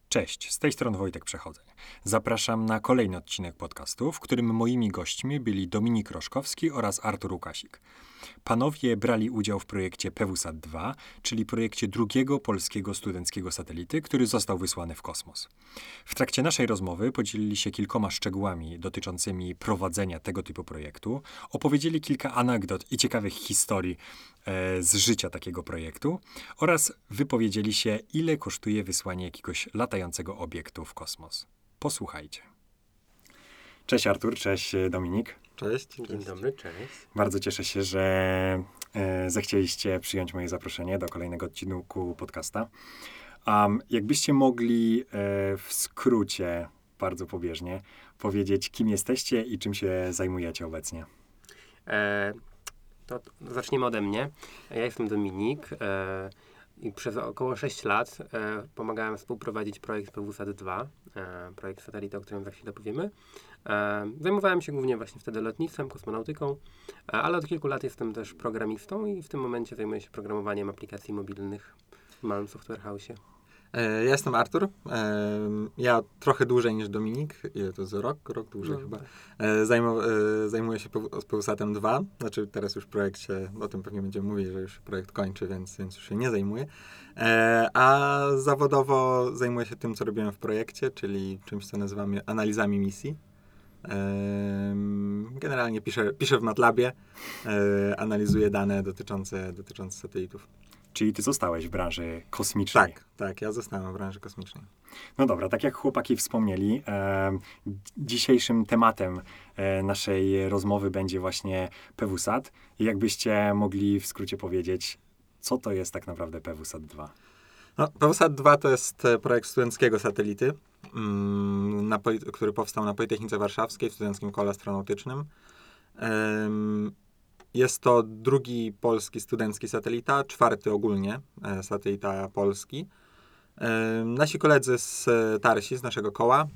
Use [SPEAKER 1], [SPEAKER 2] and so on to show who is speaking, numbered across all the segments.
[SPEAKER 1] Cześć, z tej strony Wojtek Przechodzeń. Zapraszam na kolejny odcinek podcastu, w którym moimi gośćmi byli Dominik Roszkowski oraz Artur Łukasik. Panowie brali udział w projekcie PWSAT-2, czyli projekcie drugiego polskiego studenckiego satelity, który został wysłany w kosmos. W trakcie naszej rozmowy podzielili się kilkoma szczegółami dotyczącymi prowadzenia tego typu projektu, opowiedzieli kilka anegdot i ciekawych historii z życia takiego projektu oraz wypowiedzieli się, ile kosztuje wysłanie jakiegoś latającego obiektu w kosmos. Posłuchajcie. Cześć Artur, cześć Dominik.
[SPEAKER 2] Cześć.
[SPEAKER 3] Dzień dobry, cześć.
[SPEAKER 1] Bardzo cieszę się, że zechcieliście przyjąć moje zaproszenie do kolejnego odcinku podcasta. Jakbyście mogli w skrócie, bardzo pobieżnie, powiedzieć, kim jesteście i czym się zajmujecie obecnie?
[SPEAKER 3] To zaczniemy ode mnie. Ja jestem Dominik i przez około 6 lat pomagałem współprowadzić projekt PWSAT-2, projekt satelity, o którym za chwilę powiemy. Zajmowałem się głównie właśnie wtedy lotnictwem, kosmonautyką, ale od kilku lat jestem też programistą i w tym momencie zajmuję się programowaniem aplikacji mobilnych w małym software house'ie.
[SPEAKER 2] Ja jestem Artur. Ja trochę dłużej niż Dominik. Ile to jest? Rok dłużej chyba.
[SPEAKER 3] Tak.
[SPEAKER 2] Zajmuję się PWSAT-em 2. Znaczy teraz już w projekcie, o tym pewnie będziemy mówić, że już projekt kończy, więc już się nie zajmuję. A zawodowo zajmuję się tym, co robiłem w projekcie, czyli czymś, co nazywamy analizami misji. Generalnie piszę w MATLABie, analizuję dane dotyczące satelitów.
[SPEAKER 1] Czyli ty zostałeś w branży kosmicznej.
[SPEAKER 2] Tak, ja zostałem w branży kosmicznej.
[SPEAKER 1] No dobra, tak jak chłopaki wspomnieli, dzisiejszym tematem naszej rozmowy będzie właśnie PWSAT. I jakbyście mogli w skrócie powiedzieć, co to jest tak naprawdę PWSAT-2?
[SPEAKER 2] No, PWSAT-2 to jest projekt studenckiego satelity, który powstał na Politechnice Warszawskiej w Studenckim Kole Astronautycznym. Jest to drugi polski studencki satelita, czwarty ogólnie satelita polski. Nasi koledzy z Tarsi, z naszego koła,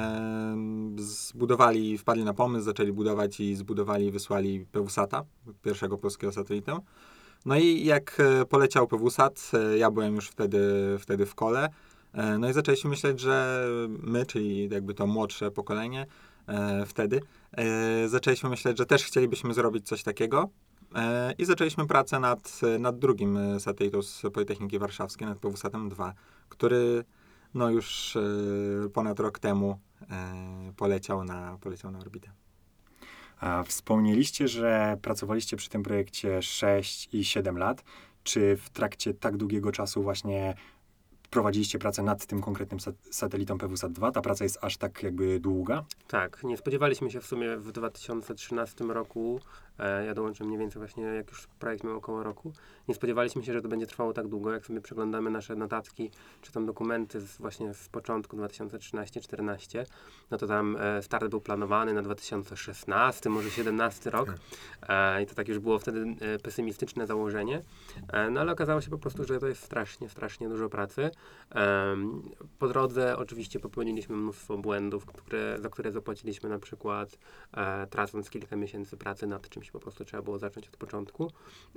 [SPEAKER 2] wpadli na pomysł, zaczęli budować i zbudowali i wysłali PWSAT-a, pierwszego polskiego satelitę. No i jak poleciał PWSAT, ja byłem już wtedy w kole, no i zaczęliśmy myśleć, że my, czyli jakby to młodsze pokolenie wtedy, zaczęliśmy myśleć, że też chcielibyśmy zrobić coś takiego i zaczęliśmy pracę nad drugim satelitą z Politechniki Warszawskiej, nad PWSAT-em 2, który no już ponad rok temu poleciał na orbitę.
[SPEAKER 1] A wspomnieliście, że pracowaliście przy tym projekcie 6 i 7 lat. Czy w trakcie tak długiego czasu właśnie prowadziliście pracę nad tym konkretnym satelitą PWSAT-2? Ta praca jest aż tak jakby długa?
[SPEAKER 3] Tak, nie spodziewaliśmy się w sumie w 2013 roku, ja dołączyłem mniej więcej właśnie, jak już projekt miał około roku, nie spodziewaliśmy się, że to będzie trwało tak długo. Jak sobie przeglądamy nasze notatki, czy tam dokumenty właśnie z początku 2013-14, no to tam start był planowany na 2016, może 2017 rok i to tak już było wtedy pesymistyczne założenie, no ale okazało się po prostu, że to jest strasznie dużo pracy. Po drodze oczywiście popełniliśmy mnóstwo błędów, za które zapłaciliśmy na przykład tracąc kilka miesięcy pracy nad czymś, po prostu trzeba było zacząć od początku.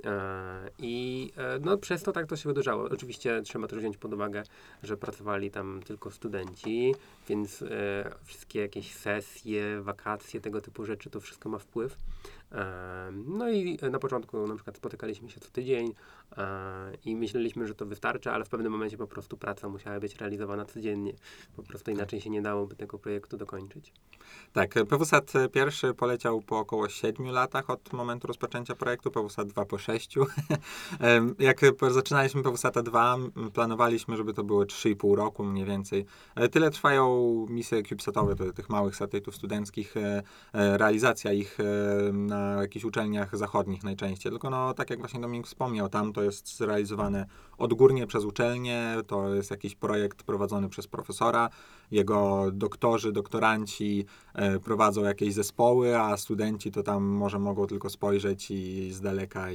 [SPEAKER 3] No przez to tak to się wydłużało. Oczywiście trzeba też wziąć pod uwagę, że pracowali tam tylko studenci, więc wszystkie jakieś sesje, wakacje, tego typu rzeczy, to wszystko ma wpływ. No i na początku na przykład spotykaliśmy się co tydzień i myśleliśmy, że to wystarczy, ale w pewnym momencie po prostu praca musiała być realizowana codziennie. Po prostu inaczej się nie dałoby tego projektu dokończyć.
[SPEAKER 2] Tak, PWSAT pierwszy poleciał po około 7 latach od momentu rozpoczęcia projektu, PWSAT 2 po 6. Jak zaczynaliśmy PWSAT 2, planowaliśmy, żeby to były 3,5 roku mniej więcej. Tyle trwają misje CubeSatowe, tych małych satelitów studenckich, realizacja ich na jakichś uczelniach zachodnich najczęściej. Tylko no, tak jak właśnie Dominik wspomniał, tam to jest zrealizowane odgórnie przez uczelnię, to jest jakiś projekt prowadzony przez profesora, jego doktoranci prowadzą jakieś zespoły, a studenci to tam może mogą tylko spojrzeć i z daleka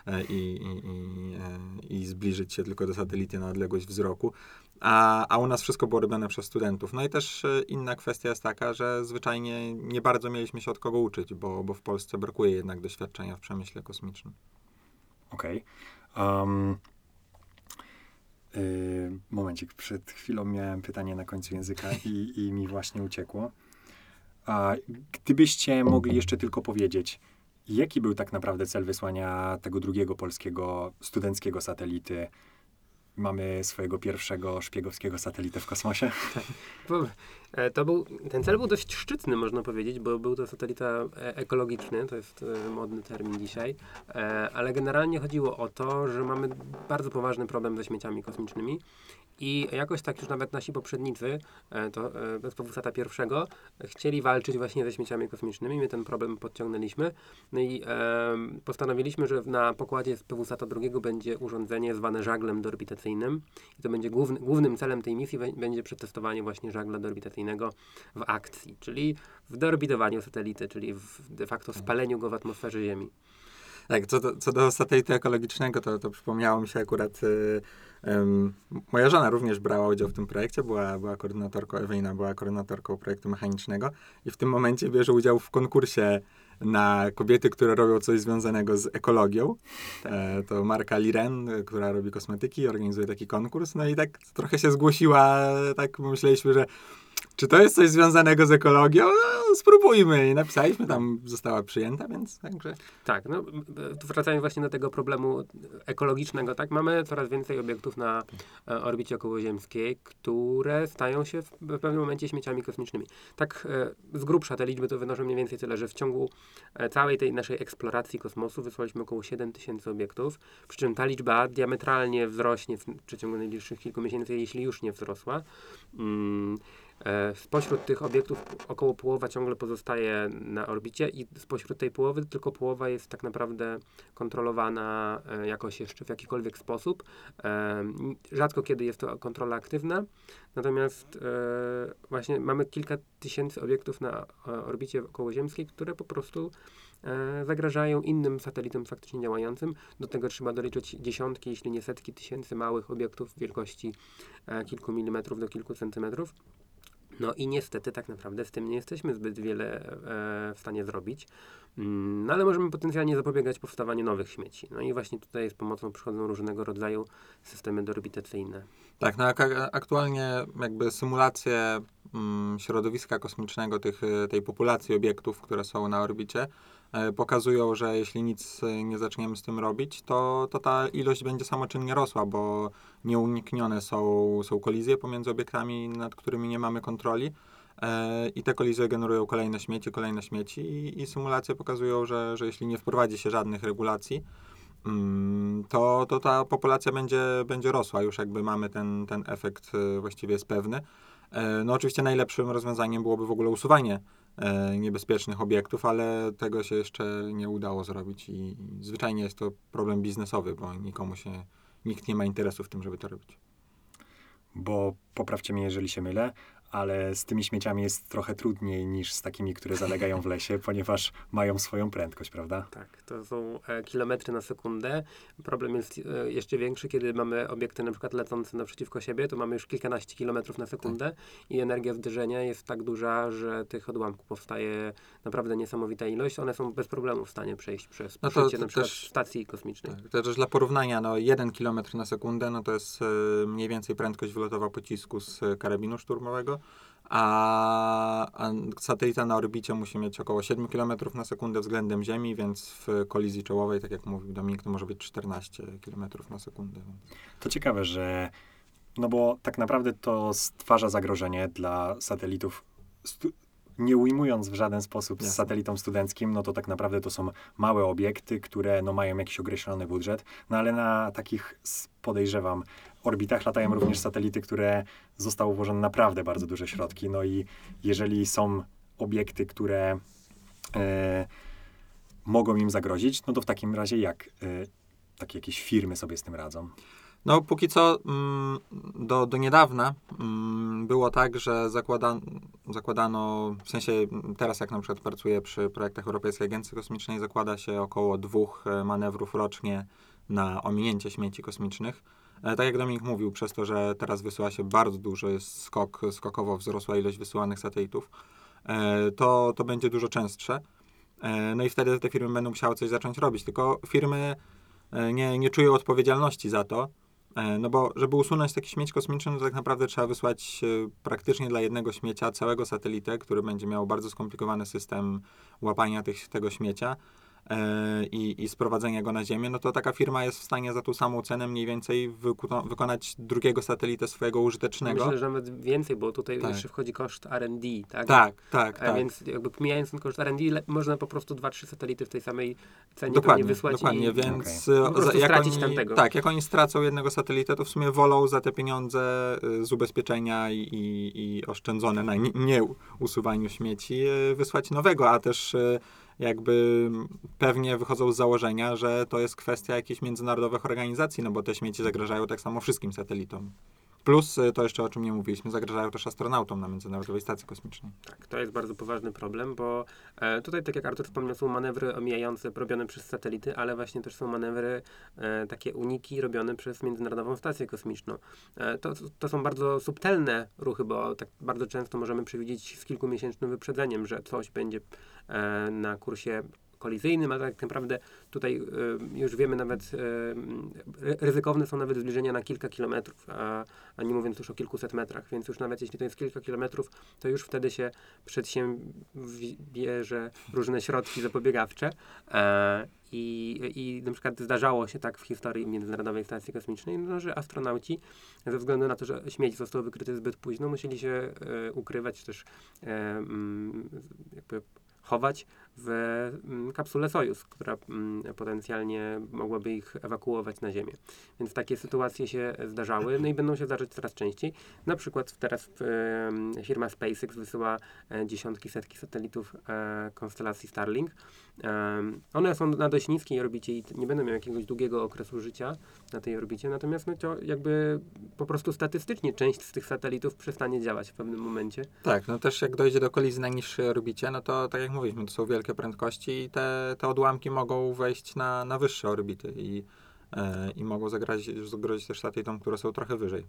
[SPEAKER 2] i zbliżyć się tylko do satelity na odległość wzroku. A u nas wszystko było robione przez studentów. No i też inna kwestia jest taka, że zwyczajnie nie bardzo mieliśmy się od kogo uczyć, bo w Polsce brakuje jednak doświadczenia w przemyśle kosmicznym.
[SPEAKER 1] Okej. Momencik, przed chwilą miałem pytanie na końcu języka i mi właśnie uciekło. A gdybyście mogli jeszcze tylko powiedzieć, jaki był tak naprawdę cel wysłania tego drugiego polskiego studenckiego satelity? Mamy swojego pierwszego szpiegowskiego satelitę w kosmosie.
[SPEAKER 3] Ten cel był dość szczytny, można powiedzieć, bo był to satelita ekologiczny, to jest modny termin dzisiaj, ale generalnie chodziło o to, że mamy bardzo poważny problem ze śmieciami kosmicznymi i jakoś tak już nawet nasi poprzednicy, z Pewusata pierwszego, chcieli walczyć właśnie ze śmieciami kosmicznymi, my ten problem podciągnęliśmy, no i postanowiliśmy, że na pokładzie z Pewusata drugiego będzie urządzenie zwane żaglem deorbitacyjnym i to będzie głównym celem tej misji będzie przetestowanie właśnie żagla deorbitacyjnego w akcji, czyli w deorbitowaniu satelity, czyli w de facto spaleniu go w atmosferze Ziemi.
[SPEAKER 2] Tak, co do satelity ekologicznego, to przypomniało mi się akurat, moja żona również brała udział w tym projekcie, była koordynatorką, Ewelina była koordynatorką projektu mechanicznego i w tym momencie bierze udział w konkursie na kobiety, które robią coś związanego z ekologią. To Marka Liren, która robi kosmetyki, organizuje taki konkurs, no i tak trochę się zgłosiła, tak myśleliśmy, że czy to jest coś związanego z ekologią? No, spróbujmy. I napisaliśmy, tam została przyjęta, więc także...
[SPEAKER 3] Tak, no wracając właśnie do tego problemu ekologicznego, tak, mamy coraz więcej obiektów na orbicie okołoziemskiej, które stają się w pewnym momencie śmieciami kosmicznymi. Tak z grubsza te liczby to wynoszą mniej więcej tyle, że w ciągu całej tej naszej eksploracji kosmosu wysłaliśmy około 7000 obiektów, przy czym ta liczba diametralnie wzrośnie w przeciągu najbliższych kilku miesięcy, jeśli już nie wzrosła. Spośród tych obiektów około połowa ciągle pozostaje na orbicie i spośród tej połowy tylko połowa jest tak naprawdę kontrolowana jakoś jeszcze w jakikolwiek sposób. Rzadko kiedy jest to kontrola aktywna, natomiast właśnie mamy kilka tysięcy obiektów na orbicie okołoziemskiej, które po prostu zagrażają innym satelitom faktycznie działającym. Do tego trzeba doliczyć dziesiątki, jeśli nie setki tysięcy małych obiektów wielkości kilku milimetrów do kilku centymetrów. No i niestety tak naprawdę z tym nie jesteśmy zbyt wiele w stanie zrobić, no ale możemy potencjalnie zapobiegać powstawaniu nowych śmieci. No i właśnie tutaj z pomocą przychodzą różnego rodzaju systemy deorbitacyjne.
[SPEAKER 2] Tak, no aktualnie jakby symulacje środowiska kosmicznego, tej populacji obiektów, które są na orbicie, pokazują, że jeśli nic nie zaczniemy z tym robić, to ta ilość będzie samoczynnie rosła, bo nieuniknione są kolizje pomiędzy obiektami, nad którymi nie mamy kontroli i te kolizje generują kolejne śmieci i symulacje pokazują, że jeśli nie wprowadzi się żadnych regulacji, to ta populacja będzie rosła. Już jakby mamy ten efekt właściwie jest pewny. No oczywiście najlepszym rozwiązaniem byłoby w ogóle usuwanie niebezpiecznych obiektów, ale tego się jeszcze nie udało zrobić i zwyczajnie jest to problem biznesowy, bo nikt nie ma interesu w tym, żeby to robić.
[SPEAKER 1] Bo poprawcie mnie, jeżeli się mylę, ale z tymi śmieciami jest trochę trudniej niż z takimi, które zalegają w lesie, ponieważ mają swoją prędkość, prawda?
[SPEAKER 3] Tak, to są kilometry na sekundę. Problem jest jeszcze większy, kiedy mamy obiekty na przykład lecące naprzeciwko siebie, to mamy już kilkanaście kilometrów na sekundę i energia zderzenia jest tak duża, że tych odłamków powstaje naprawdę niesamowita ilość. One są bez problemu w stanie przejść przez przeszycie na przykład stacji kosmicznej.
[SPEAKER 2] Tak, to też dla porównania, 1 km na sekundę, to jest mniej więcej prędkość wylotowa pocisku z karabinu szturmowego, a satelita na orbicie musi mieć około 7 km na sekundę względem Ziemi, więc w kolizji czołowej, tak jak mówił Dominik, to może być 14 km na sekundę.
[SPEAKER 1] To ciekawe, że no bo tak naprawdę to stwarza zagrożenie dla satelitów, nie ujmując w żaden sposób z satelitą studenckim, no to tak naprawdę to są małe obiekty, które no mają jakiś określony budżet, no ale na takich, podejrzewam, orbitach latają również satelity, które zostały włożone naprawdę bardzo duże środki, no i jeżeli są obiekty, które mogą im zagrozić, no to w takim razie jak takie jakieś firmy sobie z tym radzą?
[SPEAKER 2] No póki co do niedawna było tak, że zakładano, w sensie teraz jak na przykład pracuję przy projektach Europejskiej Agencji Kosmicznej, zakłada się około 2 manewrów rocznie na ominięcie śmieci kosmicznych. Tak jak Dominik mówił, przez to, że teraz wysyła się bardzo duży skokowo wzrosła ilość wysyłanych satelitów, to będzie dużo częstsze. No i wtedy te firmy będą musiały coś zacząć robić, tylko firmy nie czują odpowiedzialności za to, No bo żeby usunąć taki śmieć kosmiczny, to tak naprawdę trzeba wysłać praktycznie dla jednego śmiecia całego satelitę, który będzie miał bardzo skomplikowany system łapania tego śmiecia i sprowadzenia go na Ziemię, no to taka firma jest w stanie za tą samą cenę mniej więcej wykonać drugiego satelitę swojego użytecznego.
[SPEAKER 3] Myślę, że nawet więcej, bo tutaj
[SPEAKER 2] Tak.
[SPEAKER 3] jeszcze wchodzi koszt R&D, tak?
[SPEAKER 2] Tak.
[SPEAKER 3] Więc jakby pomijając ten koszt R&D, można po prostu 2-3 satelity w tej samej cenie
[SPEAKER 2] Dokładnie,
[SPEAKER 3] pewnie wysłać
[SPEAKER 2] dokładnie,
[SPEAKER 3] i
[SPEAKER 2] więc
[SPEAKER 3] po prostu stracić tamtego.
[SPEAKER 2] Tak, jak oni stracą jednego satelitę, to w sumie wolą za te pieniądze z ubezpieczenia i oszczędzone na nie usuwaniu śmieci wysłać nowego, a też jakby pewnie wychodzą z założenia, że to jest kwestia jakichś międzynarodowych organizacji, no bo te śmieci zagrażają tak samo wszystkim satelitom. Plus, to jeszcze o czym nie mówiliśmy, zagrażają też astronautom na Międzynarodowej Stacji Kosmicznej.
[SPEAKER 3] Tak, to jest bardzo poważny problem, bo tutaj, tak jak Artur wspomniał, są manewry omijające robione przez satelity, ale właśnie też są manewry, takie uniki robione przez Międzynarodową Stację Kosmiczną. To są bardzo subtelne ruchy, bo tak bardzo często możemy przewidzieć z kilkumiesięcznym wyprzedzeniem, że coś będzie na kursie kolizyjnym, ale tak naprawdę tutaj już wiemy nawet, ryzykowne są nawet zbliżenia na kilka kilometrów, a nie mówiąc już o kilkuset metrach, więc już nawet jeśli to jest kilka kilometrów, to już wtedy się przedsiębierze różne środki zapobiegawcze i na przykład zdarzało się tak w historii Międzynarodowej Stacji Kosmicznej, no, że astronauci ze względu na to, że śmieć został wykryty zbyt późno, musieli się ukrywać, czy też jakby chować w kapsule Sojus, która potencjalnie mogłaby ich ewakuować na Ziemię. Więc takie sytuacje się zdarzały, no i będą się zdarzać coraz częściej. Na przykład teraz firma SpaceX wysyła dziesiątki, setki satelitów konstelacji Starlink. One są na dość niskiej orbicie i nie będą miały jakiegoś długiego okresu życia na tej orbicie, natomiast no to jakby po prostu statystycznie część z tych satelitów przestanie działać w pewnym momencie.
[SPEAKER 2] Tak, no też jak dojdzie do kolizji na niższej orbicie, no to tak jak mówiliśmy, to są wielkie prędkości i te odłamki mogą wejść na wyższe orbity i mogą zagrozić też satelitom, które są trochę wyżej.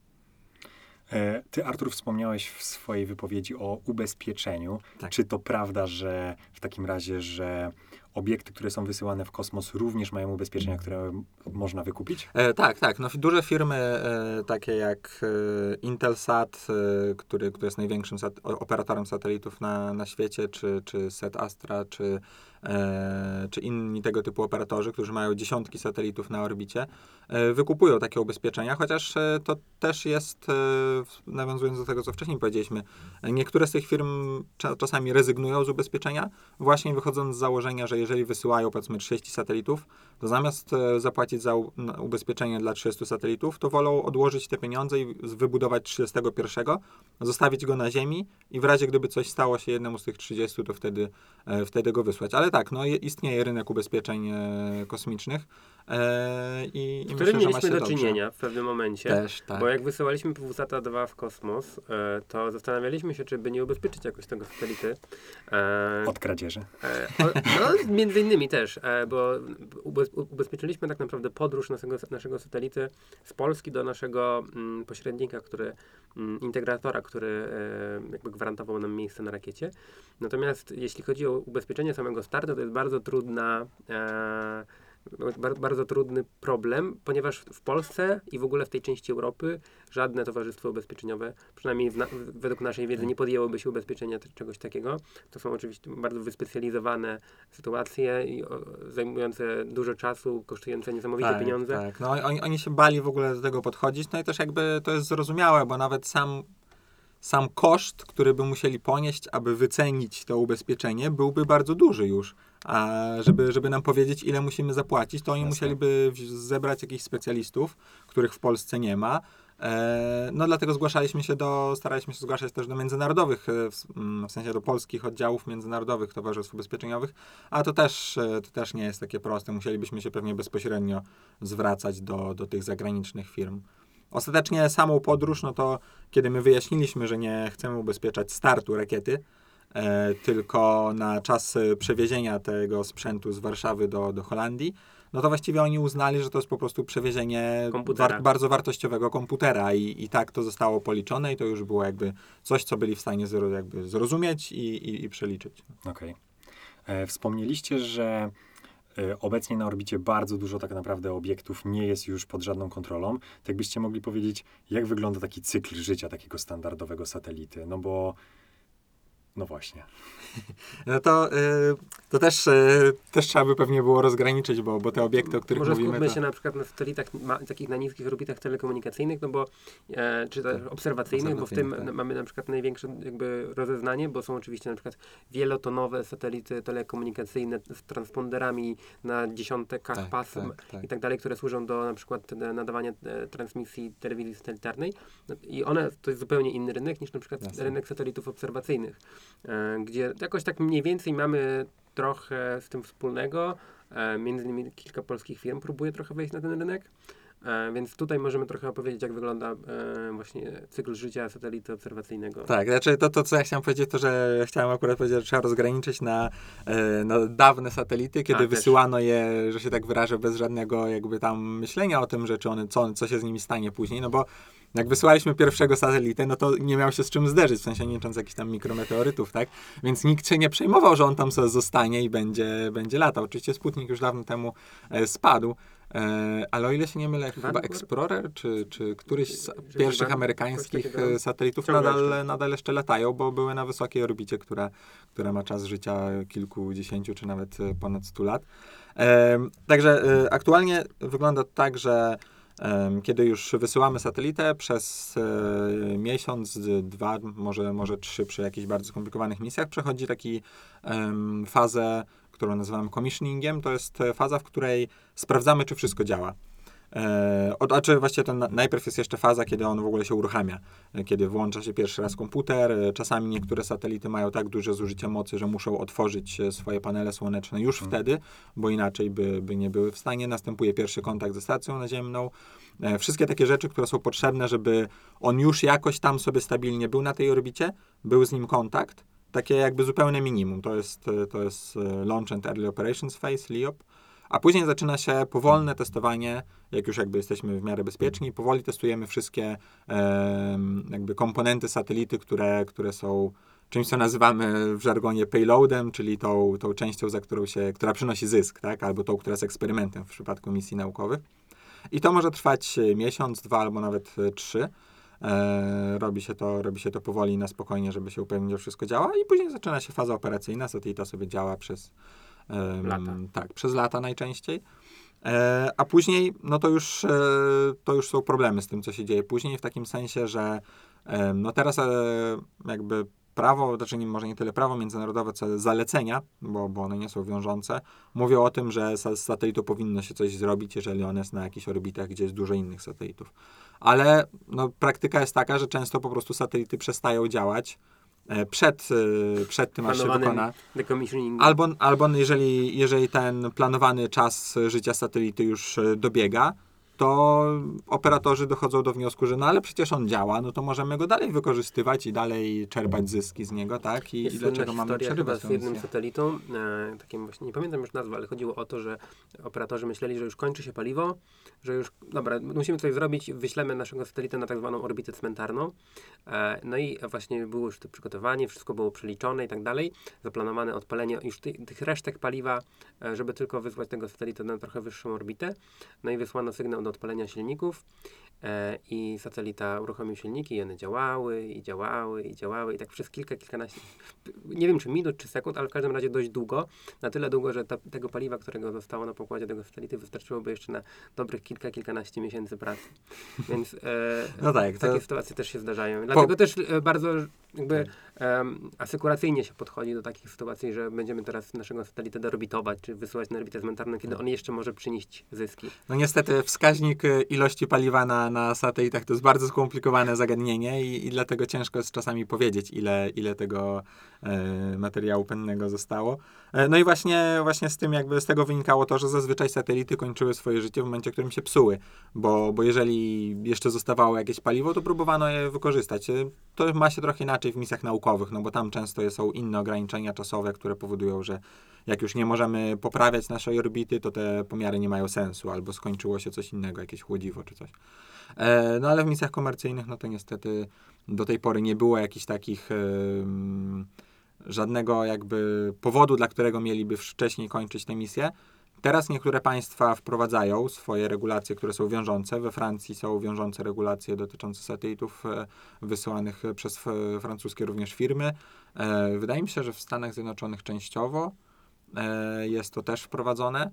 [SPEAKER 1] Ty, Artur, wspomniałeś w swojej wypowiedzi o ubezpieczeniu.
[SPEAKER 2] Tak.
[SPEAKER 1] Czy to prawda, że w takim razie, że obiekty, które są wysyłane w kosmos, również mają ubezpieczenia, które można wykupić?
[SPEAKER 2] Tak. No, duże firmy takie jak Intelsat, który jest największym operatorem satelitów na świecie, czy Set Astra, czy inni tego typu operatorzy, którzy mają dziesiątki satelitów na orbicie, wykupują takie ubezpieczenia, chociaż to też jest, nawiązując do tego, co wcześniej powiedzieliśmy, niektóre z tych firm czasami rezygnują z ubezpieczenia, właśnie wychodząc z założenia, że jeżeli wysyłają powiedzmy 30 satelitów, to zamiast zapłacić za ubezpieczenie dla 30 satelitów, to wolą odłożyć te pieniądze i wybudować 31, zostawić go na Ziemi i w razie gdyby coś stało się jednemu z tych 30, to wtedy go wysłać. Ale tak, no istnieje rynek ubezpieczeń kosmicznych i
[SPEAKER 3] Z którym
[SPEAKER 2] myślę, że ma
[SPEAKER 3] mieliśmy
[SPEAKER 2] się
[SPEAKER 3] do
[SPEAKER 2] dobrze.
[SPEAKER 3] czynienia w pewnym momencie.
[SPEAKER 2] Też, tak.
[SPEAKER 3] Bo jak wysyłaliśmy PWSAT 2 w kosmos, to zastanawialiśmy się, czy by nie ubezpieczyć jakoś tego satelity.
[SPEAKER 1] Od kradzieży.
[SPEAKER 3] No, między innymi też, bo ubezpieczyliśmy tak naprawdę podróż naszego satelity z Polski do naszego pośrednika, integratora, który jakby gwarantował nam miejsce na rakiecie. Natomiast jeśli chodzi o ubezpieczenie samego startu, to jest bardzo bardzo trudny problem, ponieważ w Polsce i w ogóle w tej części Europy żadne towarzystwo ubezpieczeniowe, przynajmniej według naszej wiedzy, nie podjęłoby się ubezpieczenia czegoś takiego. To są oczywiście bardzo wyspecjalizowane sytuacje i zajmujące dużo czasu, kosztujące niesamowite pieniądze.
[SPEAKER 2] Tak, no oni się bali w ogóle do tego podchodzić, no i też jakby to jest zrozumiałe, bo nawet sam koszt, który by musieli ponieść, aby wycenić to ubezpieczenie, byłby bardzo duży już. A żeby nam powiedzieć, ile musimy zapłacić, to oni musieliby zebrać jakichś specjalistów, których w Polsce nie ma. No dlatego staraliśmy się zgłaszać też do międzynarodowych, w sensie do polskich oddziałów międzynarodowych towarzystw ubezpieczeniowych, a to też nie jest takie proste. Musielibyśmy się pewnie bezpośrednio zwracać do tych zagranicznych firm. Ostatecznie samą podróż, no to kiedy my wyjaśniliśmy, że nie chcemy ubezpieczać startu rakiety, tylko na czas przewiezienia tego sprzętu z Warszawy do Holandii, no to właściwie oni uznali, że to jest po prostu przewiezienie bardzo wartościowego komputera i tak to zostało policzone i to już było jakby coś, co byli w stanie jakby zrozumieć i przeliczyć.
[SPEAKER 1] Okej. Wspomnieliście, że Obecnie na orbicie bardzo dużo tak naprawdę obiektów nie jest już pod żadną kontrolą. Tak jakbyście mogli powiedzieć, jak wygląda taki cykl życia takiego standardowego satelity? No bo, no właśnie.
[SPEAKER 2] No to też trzeba by pewnie było rozgraniczyć, bo te obiekty, o których
[SPEAKER 3] Może
[SPEAKER 2] mówimy...
[SPEAKER 3] skupmy się na przykład na satelitach takich na niskich orbitach telekomunikacyjnych, no bo czy też obserwacyjnych, bo w tym
[SPEAKER 2] tak.
[SPEAKER 3] mamy na przykład największe jakby rozeznanie, bo są oczywiście na przykład wielotonowe satelity telekomunikacyjne z transponderami na dziesiątkach pasm i tak dalej, które służą do na przykład nadawania transmisji telewizji satelitarnej. I one to jest zupełnie inny rynek niż na przykład rynek satelitów obserwacyjnych, gdzie jakoś tak mniej więcej mamy trochę z tym wspólnego. Między innymi kilka polskich firm próbuje trochę wejść na ten rynek. Więc tutaj możemy trochę opowiedzieć, jak wygląda właśnie cykl życia satelity obserwacyjnego.
[SPEAKER 2] Tak, znaczy to co ja chciałem powiedzieć, to że chciałem akurat powiedzieć, że trzeba rozgraniczyć na dawne satelity, kiedy wysyłano je, że się tak wyrażę, bez żadnego jakby tam myślenia o tym, że czy one, co się z nimi stanie później, no bo jak wysyłaliśmy pierwszego satelitę, no to nie miał się z czym zderzyć, w sensie nie licząc jakichś tam mikrometeorytów, tak? Więc nikt się nie przejmował, że on tam sobie zostanie i będzie latał. Oczywiście Sputnik już dawno temu spadł, ale o ile się nie mylę, chyba Explorer, czy któryś z pierwszych amerykańskich satelitów nadal jeszcze latają, bo były na wysokiej orbicie, która ma czas życia kilkudziesięciu, czy nawet ponad 100 lat. Także aktualnie wygląda to tak, że kiedy już wysyłamy satelitę przez miesiąc, 2, może 3 przy jakichś bardzo skomplikowanych misjach, przechodzi taki fazę, którą nazywamy commissioningiem. To jest faza, w której sprawdzamy, czy wszystko działa. Znaczy właściwie to najpierw jest jeszcze faza, kiedy on w ogóle się uruchamia, kiedy włącza się pierwszy raz komputer. Czasami niektóre satelity mają tak duże zużycie mocy, że muszą otworzyć swoje panele słoneczne już wtedy, bo inaczej by nie były w stanie. Następuje pierwszy kontakt ze stacją naziemną. Wszystkie takie rzeczy, które są potrzebne, żeby on już jakoś tam sobie stabilnie był na tej orbicie, był z nim kontakt, takie jakby zupełne minimum. To jest Launch and Early Operations Phase, LEOP. A później zaczyna się powolne testowanie, jak już jakby jesteśmy w miarę bezpieczni, powoli testujemy wszystkie jakby komponenty satelity, które są czymś, co nazywamy w żargonie payloadem, czyli tą częścią, która przynosi zysk, tak? Albo tą, która jest eksperymentem w przypadku misji naukowych. I to może trwać miesiąc, 2 albo nawet 3. Robi się to powoli na spokojnie, żeby się upewnić, że wszystko działa i później zaczyna się faza operacyjna. Satelita sobie działa przez lata. Tak, przez lata najczęściej. A później, no to już są problemy z tym, co się dzieje później, w takim sensie, że no teraz jakby prawo, znaczy może nie tyle prawo międzynarodowe, co zalecenia, bo one nie są wiążące, mówią o tym, że z satelitą powinno się coś zrobić, jeżeli on jest na jakichś orbitach, gdzie jest dużo innych satelitów. Ale no, praktyka jest taka, że często po prostu satelity przestają działać przed tym, aż się wykona. Albo jeżeli ten planowany czas życia satelity już dobiega, to operatorzy dochodzą do wniosku, że no ale przecież on działa, no to możemy go dalej wykorzystywać i dalej czerpać zyski z niego, tak? I dlaczego mamy przerywać
[SPEAKER 3] z jednym satelitą, takim właśnie, nie pamiętam już nazwy, ale chodziło o to, że operatorzy myśleli, że już kończy się paliwo, że już, dobra, musimy coś zrobić, wyślemy naszego satelitę na tak zwaną orbitę cmentarną. No i właśnie było już to przygotowanie, wszystko było przeliczone i tak dalej, zaplanowane odpalenie już tych resztek paliwa, żeby tylko wysłać tego satelitę na trochę wyższą orbitę. No i wysłano sygnał do odpalenia silników i satelita uruchomił silniki i one działały i tak przez kilkanaście, nie wiem czy minut, czy sekund, ale w każdym razie dość długo, na tyle długo, że tego paliwa, którego zostało na pokładzie tego satelity, wystarczyłoby jeszcze na dobrych kilkanaście miesięcy pracy. Więc
[SPEAKER 2] no tak,
[SPEAKER 3] takie sytuacje też się zdarzają. Dlatego też bardzo jakby asykuracyjnie się podchodzi do takich sytuacji, że będziemy teraz naszego satelitę deorbitować, czy wysyłać na orbitę cmentarną, kiedy on jeszcze może przynieść zyski.
[SPEAKER 2] No niestety wskaźnik ilości paliwa na satelitach to jest bardzo skomplikowane zagadnienie i dlatego ciężko jest czasami powiedzieć, ile tego materiału pędnego zostało. No i właśnie z tym jakby z tego wynikało to, że zazwyczaj satelity kończyły swoje życie w momencie, w którym się psuły, bo jeżeli jeszcze zostawało jakieś paliwo, to próbowano je wykorzystać. To ma się trochę inaczej w misjach naukowych, no bo tam często są inne ograniczenia czasowe, które powodują, że jak już nie możemy poprawiać naszej orbity, to te pomiary nie mają sensu, albo skończyło się coś innego, jakieś chłodziwo czy coś. No ale w misjach komercyjnych, no to niestety do tej pory nie było jakichś takich żadnego jakby powodu, dla którego mieliby wcześniej kończyć tę misję. Teraz niektóre państwa wprowadzają swoje regulacje, które są wiążące. We Francji są wiążące regulacje dotyczące satelitów wysyłanych przez francuskie również firmy. Wydaje mi się, że w Stanach Zjednoczonych częściowo jest to też wprowadzone.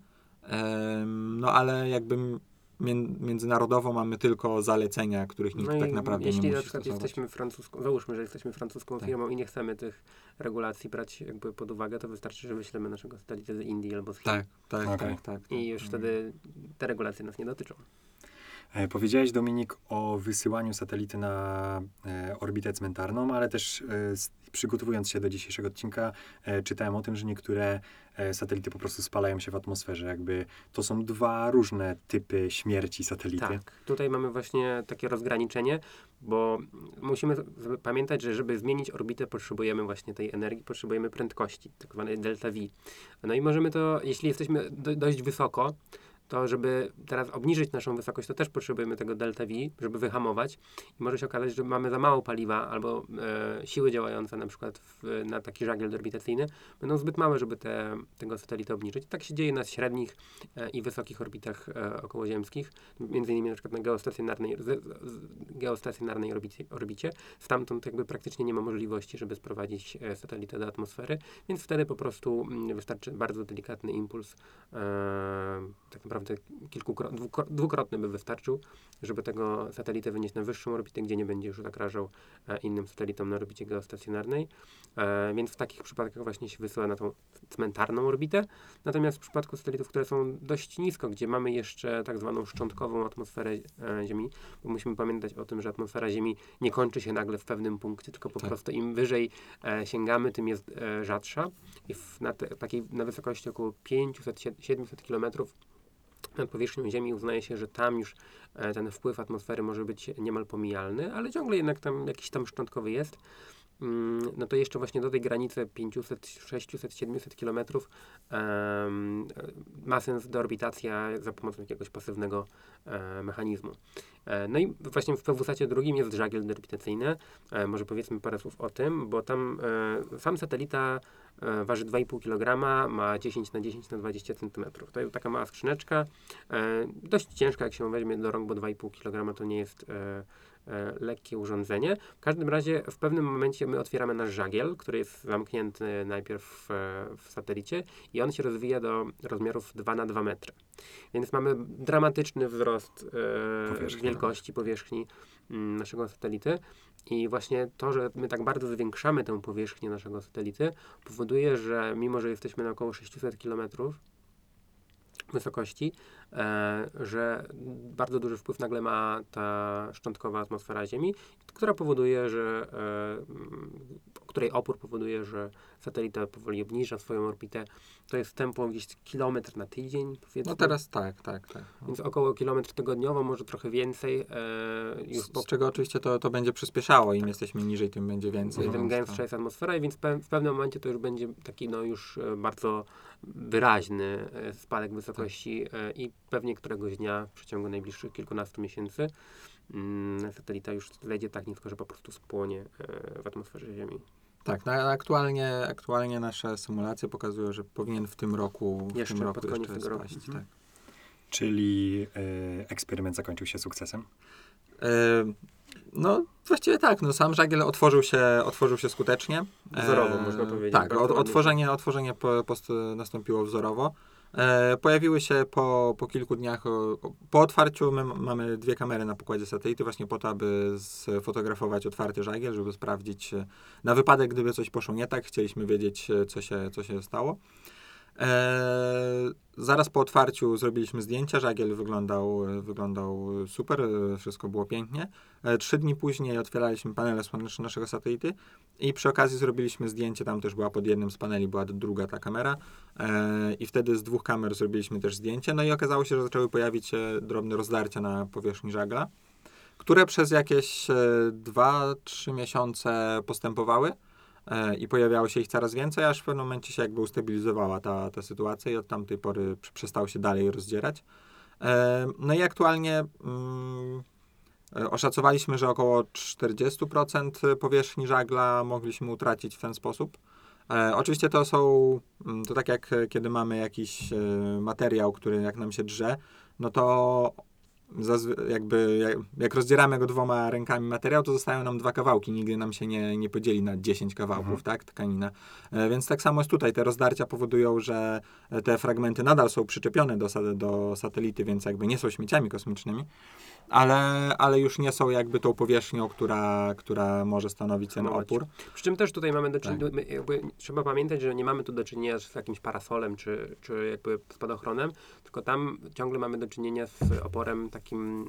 [SPEAKER 2] No ale jakby międzynarodowo mamy tylko zalecenia, których nikt tak naprawdę nie
[SPEAKER 3] jeśli
[SPEAKER 2] musi
[SPEAKER 3] na przykład
[SPEAKER 2] stosować.
[SPEAKER 3] załóżmy, że jesteśmy francuską
[SPEAKER 2] Tak.
[SPEAKER 3] firmą i nie chcemy tych regulacji brać jakby pod uwagę, to wystarczy, że wyślemy naszego satelitę z Indii albo z Chin.
[SPEAKER 2] Tak.
[SPEAKER 3] I już wtedy te regulacje nas nie dotyczą.
[SPEAKER 1] Powiedziałeś, Dominik, o wysyłaniu satelity na orbitę cmentarną, ale też przygotowując się do dzisiejszego odcinka, czytałem o tym, że niektóre satelity po prostu spalają się w atmosferze. Jakby to są dwa różne typy śmierci satelity.
[SPEAKER 3] Tak, tutaj mamy właśnie takie rozgraniczenie, bo musimy pamiętać, że żeby zmienić orbitę, potrzebujemy właśnie tej energii, potrzebujemy prędkości, tak zwanej delta V. No i możemy to, jeśli jesteśmy dość wysoko, to żeby teraz obniżyć naszą wysokość, to też potrzebujemy tego delta V, żeby wyhamować. I może się okazać, że mamy za mało paliwa albo siły działające na przykład na taki żagiel deorbitacyjny będą zbyt małe, żeby tego satelitę obniżyć. Tak się dzieje na średnich i wysokich orbitach okołoziemskich, między innymi na przykład na geostacjonarnej orbicie. Stamtąd jakby praktycznie nie ma możliwości, żeby sprowadzić satelitę do atmosfery, więc wtedy po prostu wystarczy bardzo delikatny impuls, tak naprawdę dwukrotny by wystarczył, żeby tego satelitę wynieść na wyższą orbitę, gdzie nie będzie już zagrażał innym satelitom na orbicie geostacjonarnej. Więc w takich przypadkach właśnie się wysyła na tą cmentarną orbitę. Natomiast w przypadku satelitów, które są dość nisko, gdzie mamy jeszcze tak zwaną szczątkową atmosferę Ziemi, bo musimy pamiętać o tym, że atmosfera Ziemi nie kończy się nagle w pewnym punkcie, tylko po prostu im wyżej sięgamy, tym jest rzadsza. I na wysokości około 500-700 km nad powierzchnią Ziemi uznaje się, że tam już ten wpływ atmosfery może być niemal pomijalny, ale ciągle jednak tam jakiś tam szczątkowy jest. No to jeszcze właśnie do tej granicy 500, 600, 700 km ma sens deorbitacja za pomocą jakiegoś pasywnego mechanizmu. No i właśnie w PWSat drugim jest żagiel deorbitacyjny. Może powiedzmy parę słów o tym, bo tam sam satelita waży 2,5 kg, ma 10 na 10 na 20 cm. To jest taka mała skrzyneczka, dość ciężka jak się weźmie do rąk, bo 2,5 kg to nie jest lekkie urządzenie. W każdym razie w pewnym momencie my otwieramy nasz żagiel, który jest zamknięty najpierw w satelicie i on się rozwija do rozmiarów 2 na 2 metry. Więc mamy dramatyczny wzrost wielkości powierzchni naszego satelity i właśnie to, że my tak bardzo zwiększamy tę powierzchnię naszego satelity, powoduje, że mimo, że jesteśmy na około 600 km wysokości, że bardzo duży wpływ nagle ma ta szczątkowa atmosfera Ziemi, która powoduje, której opór powoduje, że satelita powoli obniża swoją orbitę. To jest tempo gdzieś kilometr na tydzień, powiedzmy.
[SPEAKER 2] No teraz tak.
[SPEAKER 3] Więc około kilometr tygodniowo, może trochę więcej.
[SPEAKER 2] Z czego oczywiście to będzie przyspieszało. Im jesteśmy niżej, tym będzie więcej.
[SPEAKER 3] Tym gęstsza jest atmosfera, więc w pewnym momencie to już będzie taki już bardzo wyraźny spadek wysokości i pewnie któregoś dnia w przeciągu najbliższych kilkunastu miesięcy satelita już zejdzie tak nisko, że po prostu spłonie w atmosferze Ziemi.
[SPEAKER 2] Tak, aktualnie nasze symulacje pokazują, że powinien w tym roku
[SPEAKER 3] pod koniec tego roku.
[SPEAKER 2] spaść. Tak.
[SPEAKER 1] Czyli eksperyment zakończył się sukcesem?
[SPEAKER 2] No, właściwie tak. No, sam żagiel otworzył się skutecznie.
[SPEAKER 3] Wzorowo, można powiedzieć.
[SPEAKER 2] Tak, otworzenie nastąpiło wzorowo. Pojawiły się po kilku dniach, po otwarciu my mamy 2 kamery na pokładzie satelity właśnie po to, aby sfotografować otwarty żagiel, żeby sprawdzić na wypadek, gdyby coś poszło nie tak, chcieliśmy wiedzieć, co się stało. Zaraz po otwarciu zrobiliśmy zdjęcia, żagiel wyglądał super, wszystko było pięknie. 3 dni później otwieraliśmy panele słoneczne naszego satelity i przy okazji zrobiliśmy zdjęcie, tam też była pod jednym z paneli, była druga ta kamera i wtedy z 2 kamer zrobiliśmy też zdjęcie, no i okazało się, że zaczęły pojawić się drobne rozdarcia na powierzchni żagla, które przez jakieś 2-3 miesiące postępowały. I pojawiało się ich coraz więcej, aż w pewnym momencie się jakby ustabilizowała ta sytuacja i od tamtej pory przestało się dalej rozdzierać. No i aktualnie oszacowaliśmy, że około 40% powierzchni żagla mogliśmy utracić w ten sposób. Oczywiście to tak jak kiedy mamy jakiś materiał, który jak nam się drze, no to jak rozdzieramy go 2 rękami materiał, to zostają nam 2 kawałki, nigdy nam się nie podzieli na 10 kawałków, tak, tkanina. Więc tak samo jest tutaj, te rozdarcia powodują, że te fragmenty nadal są przyczepione do satelity, więc jakby nie są śmieciami kosmicznymi, ale już nie są jakby tą powierzchnią, która może stanowić ten opór.
[SPEAKER 3] Przy czym też tutaj mamy do czynienia, trzeba pamiętać, że nie mamy tu do czynienia z jakimś parasolem, czy jakby spadochronem, tylko tam ciągle mamy do czynienia z oporem takim,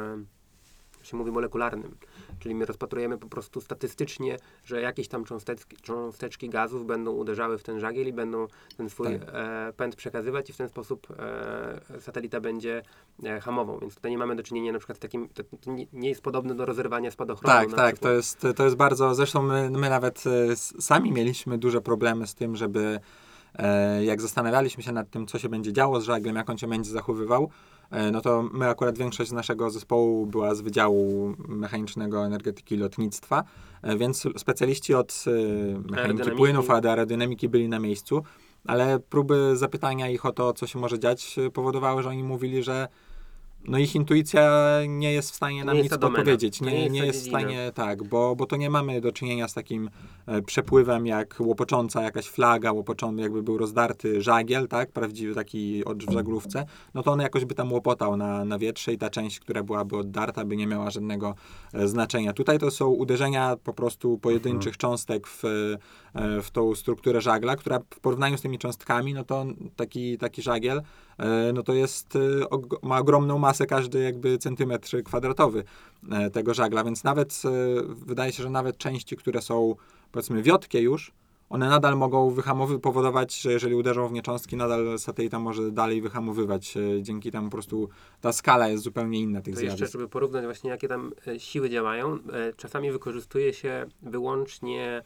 [SPEAKER 3] się mówi, molekularnym. Czyli my rozpatrujemy po prostu statystycznie, że jakieś tam cząsteczki gazów będą uderzały w ten żagiel i będą ten swój pęd przekazywać i w ten sposób satelita będzie hamował. Więc tutaj nie mamy do czynienia na przykład z takim, to nie jest podobne do rozerwania spadochronu.
[SPEAKER 2] Tak, to jest bardzo, zresztą my nawet sami mieliśmy duże problemy z tym, żeby jak zastanawialiśmy się nad tym, co się będzie działo z żaglem, jak on się będzie zachowywał, no to my akurat większość z naszego zespołu była z Wydziału Mechanicznego Energetyki i Lotnictwa, więc specjaliści od mechaniki płynów, a aerodynamiki byli na miejscu, ale próby zapytania ich o to, co się może dziać, powodowały, że oni mówili, że no ich intuicja nie jest w stanie nam nic podpowiedzieć. Nie jest w stanie, tak, bo to nie mamy do czynienia z takim przepływem jak łopocząca jakaś flaga, jakby był rozdarty żagiel, tak, prawdziwy taki w żaglówce, no to on jakoś by tam łopotał na wietrze i ta część, która byłaby oddarta, by nie miała żadnego znaczenia. Tutaj to są uderzenia po prostu pojedynczych cząstek w tą strukturę żagla, która w porównaniu z tymi cząstkami, no to taki żagiel, no to ma ogromną masę każdy jakby centymetr kwadratowy tego żagla, więc nawet wydaje się, że nawet części, które są powiedzmy wiotkie już, one nadal mogą powodować, że jeżeli uderzą w nie cząstki, nadal satelita może dalej wyhamowywać. Dzięki temu po prostu ta skala jest zupełnie inna tych zjawisk.
[SPEAKER 3] Jeszcze, żeby porównać właśnie, jakie tam siły działają, czasami wykorzystuje się wyłącznie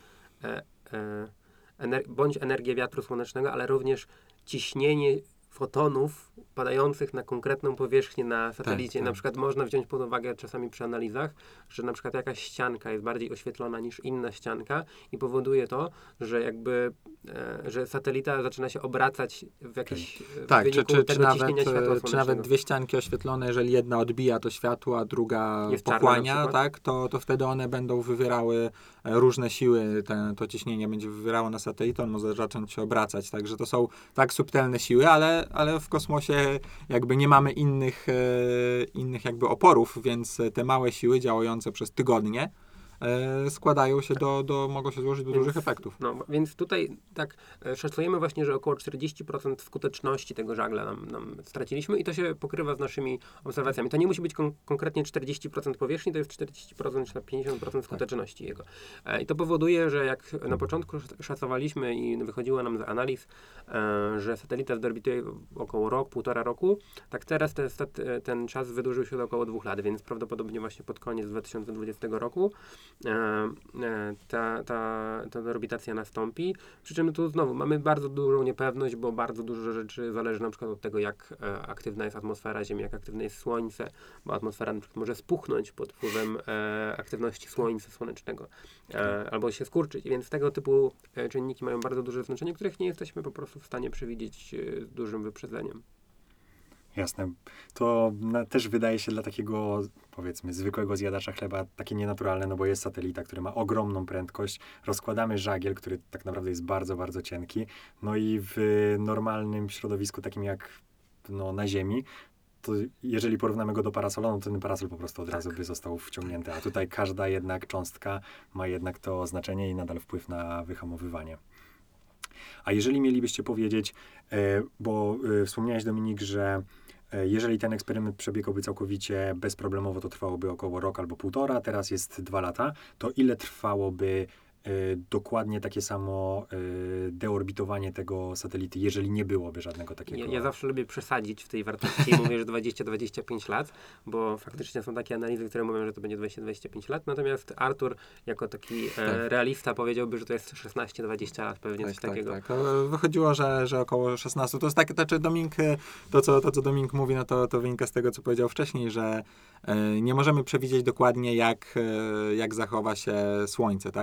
[SPEAKER 3] bądź energię wiatru słonecznego, ale również ciśnienie fotonów padających na konkretną powierzchnię na satelicie.
[SPEAKER 2] Tak.
[SPEAKER 3] Na przykład można wziąć pod uwagę czasami przy analizach, że na przykład jakaś ścianka jest bardziej oświetlona niż inna ścianka i powoduje to, że jakby że satelita zaczyna się obracać w jakiś wyniku tego ciśnienia światła słonecznego.
[SPEAKER 2] Czy nawet 2 ścianki oświetlone, jeżeli jedna odbija to światło, a druga pochłania, tak, to wtedy one będą wywierały różne siły, to ciśnienie będzie wywierało na satelitę, on może zacząć się obracać, także to są tak subtelne siły, ale w kosmosie jakby nie mamy innych jakby oporów, więc te małe siły działające przez tygodnie składają się mogą się złożyć do dużych efektów.
[SPEAKER 3] No, więc tutaj tak szacujemy właśnie, że około 40% skuteczności tego żagla nam straciliśmy i to się pokrywa z naszymi obserwacjami. To nie musi być konkretnie 40% powierzchni, to jest 40% czy 50% skuteczności jego. I to powoduje, że jak na początku szacowaliśmy i wychodziło nam z analiz, że satelita zorbituje około rok, 1,5 roku, tak teraz ten czas wydłużył się do około 2 lat, więc prawdopodobnie właśnie pod koniec 2020 roku ta orbitacja nastąpi. Przy czym tu znowu mamy bardzo dużą niepewność, bo bardzo dużo rzeczy zależy na przykład od tego, jak aktywna jest atmosfera Ziemi, jak aktywne jest Słońce, bo atmosfera na przykład może spuchnąć pod wpływem aktywności Słońca słonecznego albo się skurczyć, więc tego typu czynniki mają bardzo duże znaczenie, których nie jesteśmy po prostu w stanie przewidzieć z dużym wyprzedzeniem.
[SPEAKER 1] Jasne. To też wydaje się dla takiego, powiedzmy, zwykłego zjadacza chleba takie nienaturalne, no bo jest satelita, który ma ogromną prędkość. Rozkładamy żagiel, który tak naprawdę jest bardzo, bardzo cienki. No i w normalnym środowisku, takim jak na Ziemi, to jeżeli porównamy go do parasola, no to ten parasol po prostu od razu by został wciągnięty. A tutaj każda jednak cząstka ma jednak to znaczenie i nadal wpływ na wyhamowywanie. A jeżeli mielibyście powiedzieć, bo wspomniałeś, Dominik, że jeżeli ten eksperyment przebiegałby całkowicie bezproblemowo, to trwałoby około rok albo 1,5, teraz jest 2 lata, to ile trwałoby dokładnie takie samo deorbitowanie tego satelity, jeżeli nie byłoby żadnego takiego...
[SPEAKER 3] Ja zawsze lubię przesadzić w tej wartości i mówię, że 20-25 lat, bo faktycznie są takie analizy, które mówią, że to będzie 20-25 lat, natomiast Artur jako taki realista powiedziałby, że to jest 16-20 lat pewnie, coś takiego.
[SPEAKER 2] Tak. Wychodziło, że około 16. To jest takie, znaczy Dominik, to co Dominik mówi, no to wynika z tego, co powiedział wcześniej, że nie możemy przewidzieć dokładnie, jak zachowa się Słońce, tak? Jaka będzie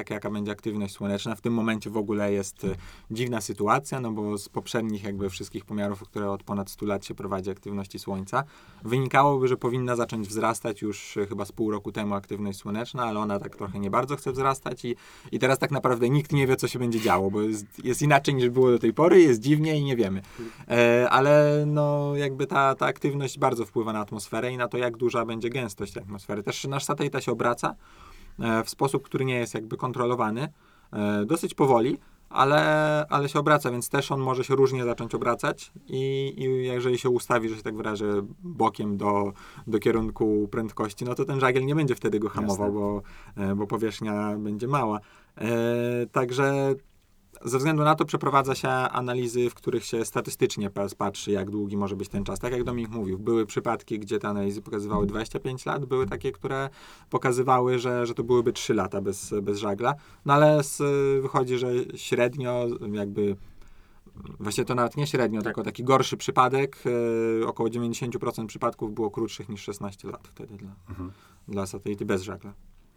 [SPEAKER 2] będzie aktywność słoneczna. W tym momencie w ogóle jest dziwna sytuacja, no bo z poprzednich jakby wszystkich pomiarów, które od ponad 100 lat się prowadzi aktywności Słońca, wynikałoby, że powinna zacząć wzrastać już chyba z pół roku temu aktywność słoneczna, ale ona tak trochę nie bardzo chce wzrastać i teraz tak naprawdę nikt nie wie, co się będzie działo, bo jest inaczej niż było do tej pory, jest dziwnie i nie wiemy. Ale no jakby ta aktywność bardzo wpływa na atmosferę i na to, jak duża będzie gęstość tej atmosfery. Też nasz satelita się obraca w sposób, który nie jest jakby kontrolowany, dosyć powoli, ale się obraca, więc też on może się różnie zacząć obracać i jeżeli się ustawi, że się tak wyrażę, bokiem do kierunku prędkości, no to ten żagiel nie będzie wtedy go hamował, bo powierzchnia będzie mała. Także ze względu na to przeprowadza się analizy, w których się statystycznie patrzy, jak długi może być ten czas. Tak jak Dominik mówił, były przypadki, gdzie te analizy pokazywały 25 lat, były takie, które pokazywały, że to byłyby 3 lata bez żagla, no ale wychodzi, że średnio jakby, właśnie to nawet nie średnio, tylko taki gorszy przypadek, około 90% przypadków było krótszych niż 16 lat wtedy dla satelity bez żagla.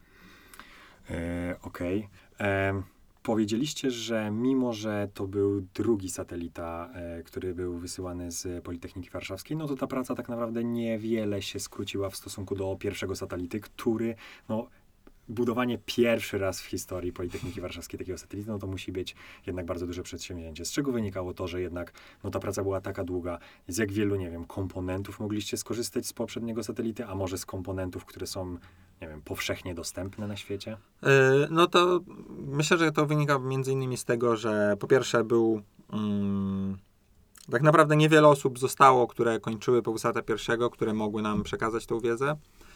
[SPEAKER 1] Okej. Powiedzieliście, że mimo, że to był drugi satelita, który był wysyłany z Politechniki Warszawskiej, no to ta praca tak naprawdę niewiele się skróciła w stosunku do pierwszego satelity, który, no, budowanie pierwszy raz w historii Politechniki Warszawskiej takiego satelity, no to musi być jednak bardzo duże przedsięwzięcie. Z czego wynikało to, że jednak no, ta praca była taka długa? Z jak wielu, nie wiem, komponentów mogliście skorzystać z poprzedniego satelity, a może z komponentów, które są, nie wiem, powszechnie dostępne na świecie?
[SPEAKER 2] No to myślę, że to wynika między innymi z tego, że po pierwsze tak naprawdę niewiele osób zostało, które kończyły PWSAT pierwszego, które mogły nam przekazać tą wiedzę.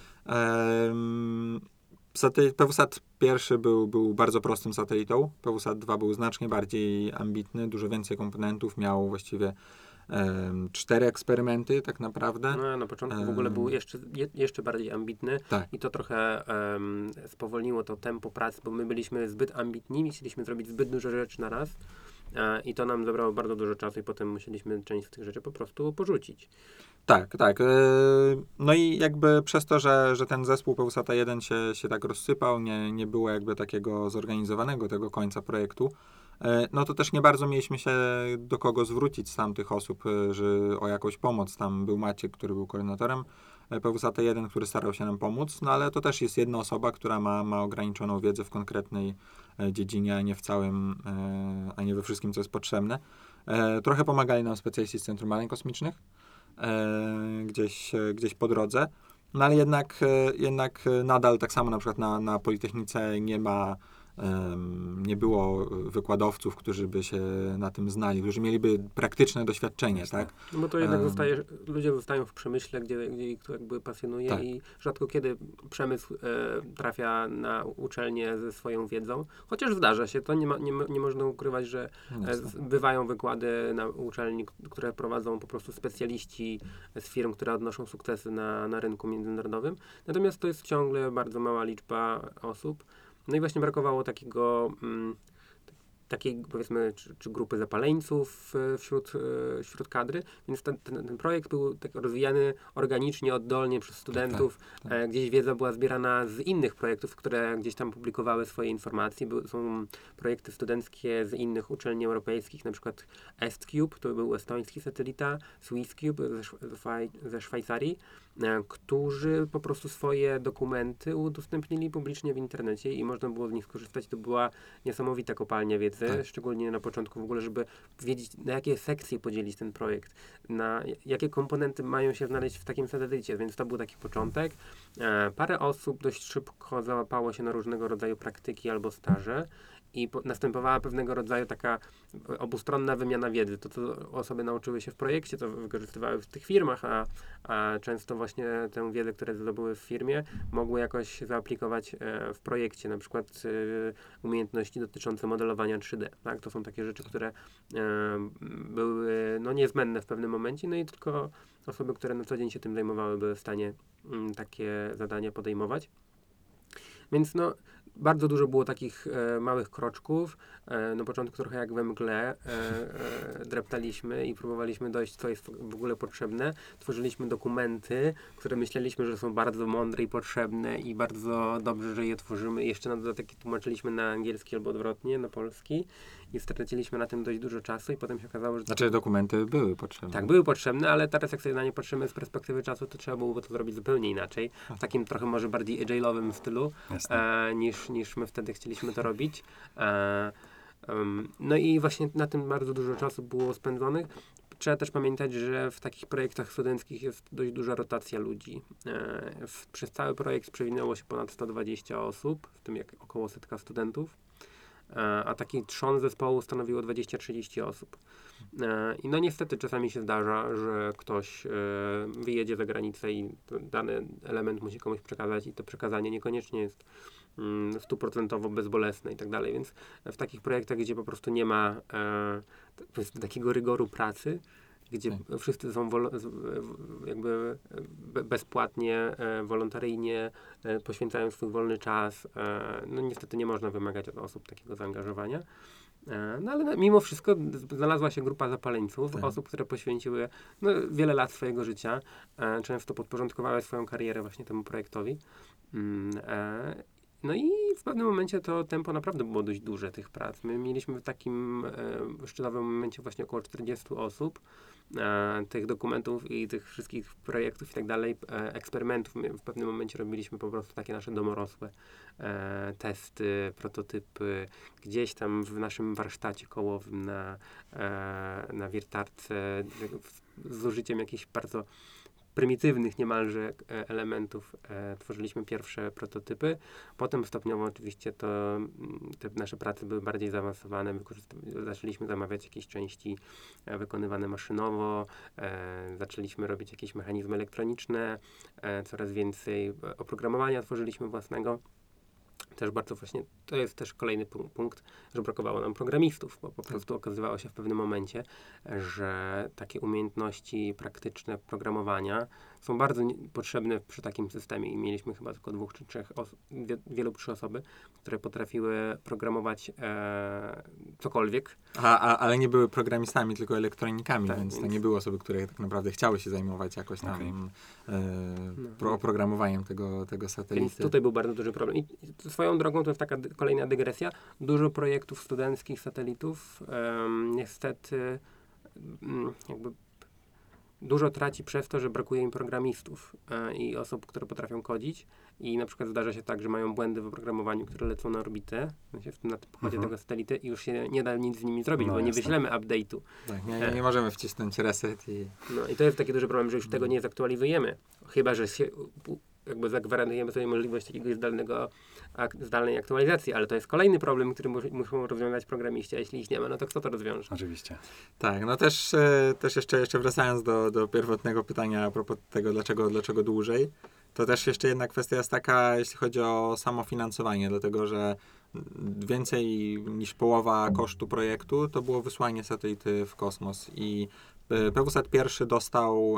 [SPEAKER 2] PWSAT pierwszy był bardzo prostym satelitą. PWSAT 2 był znacznie bardziej ambitny, dużo więcej komponentów, miał właściwie 4 eksperymenty tak naprawdę.
[SPEAKER 3] No, na początku w ogóle był jeszcze bardziej ambitny
[SPEAKER 2] Tak.
[SPEAKER 3] i to trochę spowolniło to tempo pracy, bo my byliśmy zbyt ambitni, chcieliśmy zrobić zbyt dużo rzeczy na raz i to nam zabrało bardzo dużo czasu i potem musieliśmy część z tych rzeczy po prostu porzucić.
[SPEAKER 2] Tak. No i jakby przez to, że ten zespół PWSAT 1 się tak rozsypał, nie było jakby takiego zorganizowanego tego końca projektu, no to też nie bardzo mieliśmy się do kogo zwrócić z tamtych osób, o jakąś pomoc. Tam był Maciek, który był koordynatorem PWSAT 1, który starał się nam pomóc, no ale to też jest jedna osoba, która ma ograniczoną wiedzę w konkretnej dziedzinie, a nie w całym, a nie we wszystkim, co jest potrzebne. Trochę pomagali nam specjaliści z Centrum Badań Kosmicznych, gdzieś po drodze, no ale jednak nadal tak samo na przykład na Politechnice nie było wykładowców, którzy by się na tym znali, którzy mieliby praktyczne doświadczenie, tak?
[SPEAKER 3] No bo to jednak ludzie zostają w przemyśle, gdzie ich to jakby pasjonuje
[SPEAKER 2] Tak.
[SPEAKER 3] i rzadko kiedy przemysł trafia na uczelnię ze swoją wiedzą, chociaż zdarza się, to nie można ukrywać, że bywają wykłady na uczelni, które prowadzą po prostu specjaliści z firm, które odnoszą sukcesy na rynku międzynarodowym, natomiast to jest ciągle bardzo mała liczba osób. No i właśnie brakowało takiej, powiedzmy, czy grupy zapaleńców wśród kadry, więc ten projekt był tak rozwijany organicznie, oddolnie przez studentów.
[SPEAKER 2] Tak.
[SPEAKER 3] Gdzieś wiedza była zbierana z innych projektów, które gdzieś tam publikowały swoje informacje. Są projekty studenckie z innych uczelni europejskich, na przykład EstCube, to był estoński satelita, SwissCube ze Szwajcarii, którzy po prostu swoje dokumenty udostępnili publicznie w internecie i można było z nich skorzystać. To była niesamowita kopalnia wiedzy, szczególnie na początku w ogóle, żeby wiedzieć, na jakie sekcje podzielić ten projekt, na jakie komponenty mają się znaleźć w takim satelicie, więc to był taki początek. Parę osób dość szybko załapało się na różnego rodzaju praktyki albo staże i następowała pewnego rodzaju taka obustronna wymiana wiedzy. To, co osoby nauczyły się w projekcie, to wykorzystywały w tych firmach, a często właśnie tę wiedzę, które zdobyły w firmie, mogły jakoś zaaplikować w projekcie, na przykład umiejętności dotyczące modelowania 3D. Tak? To są takie rzeczy, które były niezbędne w pewnym momencie, no i tylko osoby, które na co dzień się tym zajmowały, były w stanie takie zadania podejmować. Więc bardzo dużo było takich małych kroczków. Na początku trochę jak we mgle dreptaliśmy i próbowaliśmy dojść, co jest w ogóle potrzebne. Tworzyliśmy dokumenty, które myśleliśmy, że są bardzo mądre i potrzebne i bardzo dobrze, że je tworzymy. I jeszcze na dodatek tłumaczyliśmy na angielski albo odwrotnie, na polski. I straciliśmy na tym dość dużo czasu i potem się okazało, że...
[SPEAKER 2] Znaczy dokumenty były potrzebne.
[SPEAKER 3] Tak, były potrzebne, ale teraz jak sobie na nie patrzymy z perspektywy czasu, to trzeba byłoby to zrobić zupełnie inaczej. W takim trochę może bardziej agile'owym stylu, niż my wtedy chcieliśmy to robić. No i właśnie na tym bardzo dużo czasu było spędzonych. Trzeba też pamiętać, że w takich projektach studenckich jest dość duża rotacja ludzi. Przez cały projekt przewinęło się ponad 120 osób, w tym jak około 100 studentów. A taki trzon zespołu stanowiło 20-30 osób. I no niestety czasami się zdarza, że ktoś wyjedzie za granicę i dany element musi komuś przekazać i to przekazanie niekoniecznie jest 100% bezbolesne i tak dalej, więc w takich projektach, gdzie po prostu nie ma takiego rygoru pracy, gdzie wszyscy są jakby bezpłatnie, wolontaryjnie poświęcają swój wolny czas. No niestety nie można wymagać od osób takiego zaangażowania. No ale mimo wszystko znalazła się grupa zapaleńców, osób, które poświęciły wiele lat swojego życia, często podporządkowały swoją karierę właśnie temu projektowi. No i w pewnym momencie to tempo naprawdę było dość duże tych prac. My mieliśmy w takim szczytowym momencie właśnie około 40 osób, tych dokumentów i tych wszystkich projektów i tak dalej, eksperymentów. My w pewnym momencie robiliśmy po prostu takie nasze domorosłe testy, prototypy, gdzieś tam w naszym warsztacie kołowym na wiertarce z użyciem jakichś bardzo prymitywnych niemalże elementów tworzyliśmy pierwsze prototypy. Potem stopniowo oczywiście te nasze prace były bardziej zaawansowane. Zaczęliśmy zamawiać jakieś części wykonywane maszynowo. Zaczęliśmy robić jakieś mechanizmy elektroniczne. Coraz więcej oprogramowania tworzyliśmy własnego. Też bardzo właśnie, to jest też kolejny punkt, że brakowało nam programistów, bo po prostu okazywało się w pewnym momencie, że takie umiejętności praktyczne programowania są bardzo potrzebne przy takim systemie i mieliśmy chyba tylko 2 czy 3 2 lub 3 osoby, które potrafiły programować cokolwiek.
[SPEAKER 2] Ale nie były programistami, tylko elektronikami, więc to nie były osoby, które tak naprawdę chciały się zajmować jakoś tam oprogramowaniem tego satelity.
[SPEAKER 3] Więc tutaj był bardzo duży problem. I swoją drogą to jest taka kolejna dygresja. Dużo projektów studenckich, satelitów niestety jakby dużo traci przez to, że brakuje im programistów i osób, które potrafią kodzić. I na przykład zdarza się tak, że mają błędy w oprogramowaniu, które lecą na orbitę, na pokładzie tego satelity i już się nie da nic z nimi zrobić, bo nie wyślemy update'u.
[SPEAKER 2] Tak, nie możemy wcisnąć reset i...
[SPEAKER 3] No i to jest taki duży problem, że już tego nie zaktualizujemy. Chyba że się jakby zagwarantujemy sobie możliwość jakiegoś zdalnej aktualizacji, ale to jest kolejny problem, który muszą rozwiązać programiści, a jeśli ich nie ma, no to kto to rozwiąże?
[SPEAKER 1] Oczywiście.
[SPEAKER 2] Tak, no też jeszcze wracając do pierwotnego pytania a propos tego, dlaczego dłużej, to też jeszcze jedna kwestia jest taka, jeśli chodzi o samofinansowanie, dlatego że więcej niż połowa kosztu projektu to było wysłanie satelity w kosmos i PWSat pierwszy dostał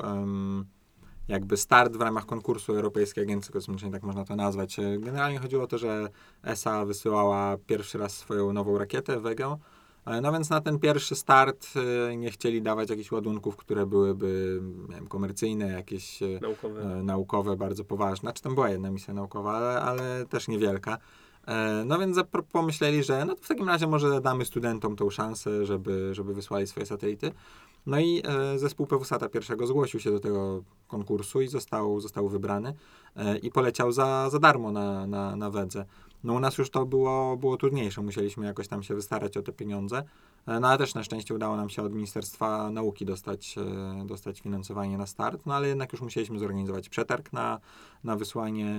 [SPEAKER 2] jakby start w ramach konkursu Europejskiej Agencji Kosmicznej, tak można to nazwać. Generalnie chodziło o to, że ESA wysyłała pierwszy raz swoją nową rakietę, Vegę. No więc na ten pierwszy start nie chcieli dawać jakichś ładunków, które byłyby, nie wiem, komercyjne, jakieś naukowe, bardzo poważne. Znaczy tam była jedna misja naukowa, ale też niewielka. No więc pomyśleli, że no to w takim razie może damy studentom tą szansę, żeby wysłali swoje satelity. No i zespół PWSata pierwszego zgłosił się do tego konkursu i został wybrany i poleciał za darmo na Wedze. No u nas już to było trudniejsze, musieliśmy jakoś tam się wystarać o te pieniądze, no ale też na szczęście udało nam się od Ministerstwa Nauki dostać finansowanie na start, no ale jednak już musieliśmy zorganizować przetarg na wysłanie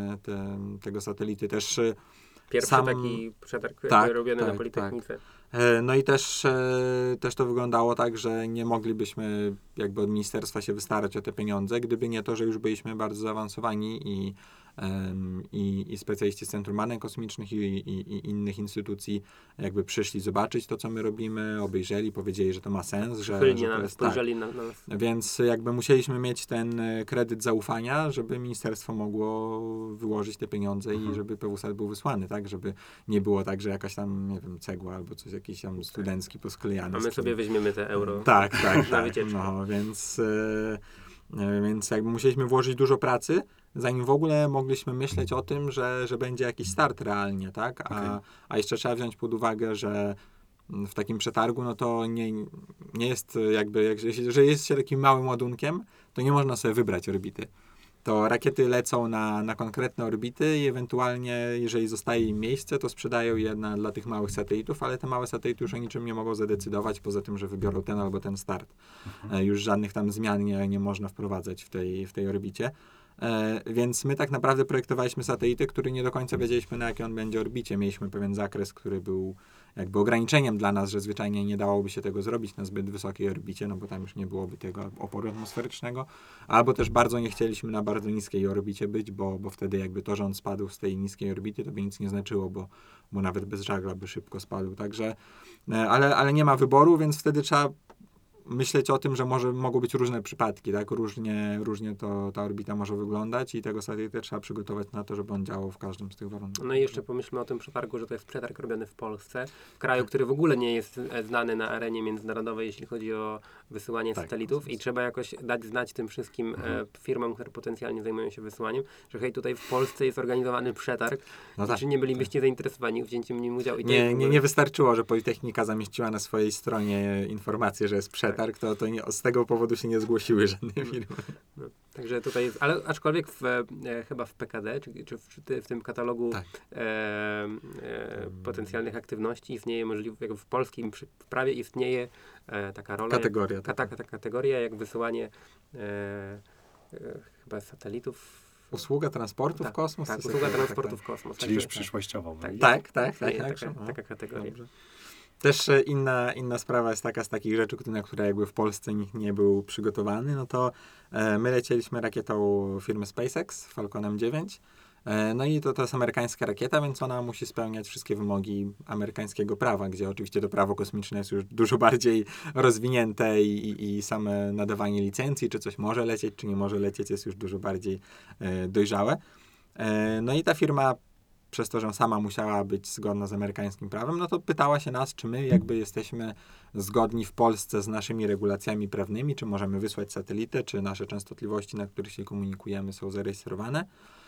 [SPEAKER 2] tego satelity. Też
[SPEAKER 3] pierwszy taki przetarg robiony na Politechnice.
[SPEAKER 2] Tak. No i też to wyglądało tak, że nie moglibyśmy jakby od ministerstwa się wystarać o te pieniądze, gdyby nie to, że już byliśmy bardzo zaawansowani i i specjaliści z Centrum Badań Kosmicznych i innych instytucji jakby przyszli zobaczyć to, co my robimy, obejrzeli, powiedzieli, że to ma sens, że to jest tak.
[SPEAKER 3] spojrzeli na nas.
[SPEAKER 2] Więc jakby musieliśmy mieć ten kredyt zaufania, żeby ministerstwo mogło wyłożyć te pieniądze i żeby PWSAT był wysłany, tak? Żeby nie było tak, że jakaś tam, nie wiem, cegła albo coś, jakiś tam studencki posklejany.
[SPEAKER 3] A my sobie weźmiemy te euro
[SPEAKER 2] Tak,
[SPEAKER 3] na wycieczkę.
[SPEAKER 2] No, więc jakby musieliśmy włożyć dużo pracy, zanim w ogóle mogliśmy myśleć o tym, że będzie jakiś start realnie, tak? A jeszcze trzeba wziąć pod uwagę, że w takim przetargu, no to nie jest jakby, że jest się takim małym ładunkiem, to nie można sobie wybrać orbity. To rakiety lecą na konkretne orbity i ewentualnie, jeżeli zostaje im miejsce, to sprzedają je dla tych małych satelitów, ale te małe satelity już o niczym nie mogą zadecydować, poza tym, że wybiorą ten albo ten start. Już żadnych tam zmian nie można wprowadzać w tej orbicie. Więc my tak naprawdę projektowaliśmy satelitę, który nie do końca wiedzieliśmy, na jakiej on będzie orbicie. Mieliśmy pewien zakres, który był jakby ograniczeniem dla nas, że zwyczajnie nie dałoby się tego zrobić na zbyt wysokiej orbicie, no bo tam już nie byłoby tego oporu atmosferycznego, albo też bardzo nie chcieliśmy na bardzo niskiej orbicie być, bo wtedy jakby to, że on spadł z tej niskiej orbity, to by nic nie znaczyło, bo nawet bez żagla by szybko spadł. Także, ale nie ma wyboru, więc wtedy trzeba myśleć o tym, że mogą być różne przypadki, tak? Różnie ta orbita może wyglądać i tego satelitę trzeba przygotować na to, żeby on działał w każdym z tych warunków.
[SPEAKER 3] No i jeszcze pomyślmy o tym przetargu, że to jest przetarg robiony w Polsce, w kraju, który w ogóle nie jest znany na arenie międzynarodowej, jeśli chodzi o wysyłanie satelitów i trzeba jakoś dać znać tym wszystkim firmom, które potencjalnie zajmują się wysyłaniem, że hej, tutaj w Polsce jest organizowany przetarg, czy nie bylibyście zainteresowani wzięciem w nim udziału? I
[SPEAKER 2] nie wystarczyło, że Politechnika zamieściła na swojej stronie informację, że jest przetarg, to z tego powodu się nie zgłosiły żadne firmy.
[SPEAKER 3] No, także tutaj jest, ale aczkolwiek chyba w PKD, czy w tym katalogu potencjalnych aktywności istnieje możliwość, jak w polskim prawie istnieje taka rola,
[SPEAKER 2] kategoria.
[SPEAKER 3] Taka kategoria jak wysyłanie chyba satelitów.
[SPEAKER 2] Usługa transportu w kosmos?
[SPEAKER 3] Tak, usługa transportu w kosmos.
[SPEAKER 1] Czyli już przyszłościowo.
[SPEAKER 3] Tak,
[SPEAKER 2] taka
[SPEAKER 3] kategoria.
[SPEAKER 2] Dobrze. Też inna sprawa jest taka z takich rzeczy, na które jakby w Polsce nikt nie był przygotowany, no to my lecieliśmy rakietą firmy SpaceX, Falconem 9. No i to jest amerykańska rakieta, więc ona musi spełniać wszystkie wymogi amerykańskiego prawa, gdzie oczywiście to prawo kosmiczne jest już dużo bardziej rozwinięte i same nadawanie licencji, czy coś może lecieć, czy nie może lecieć, jest już dużo bardziej dojrzałe. No i ta firma, przez to, że sama musiała być zgodna z amerykańskim prawem, no to pytała się nas, czy my jakby jesteśmy zgodni w Polsce z naszymi regulacjami prawnymi, czy możemy wysłać satelitę, czy nasze częstotliwości, na których się komunikujemy, są zarejestrowane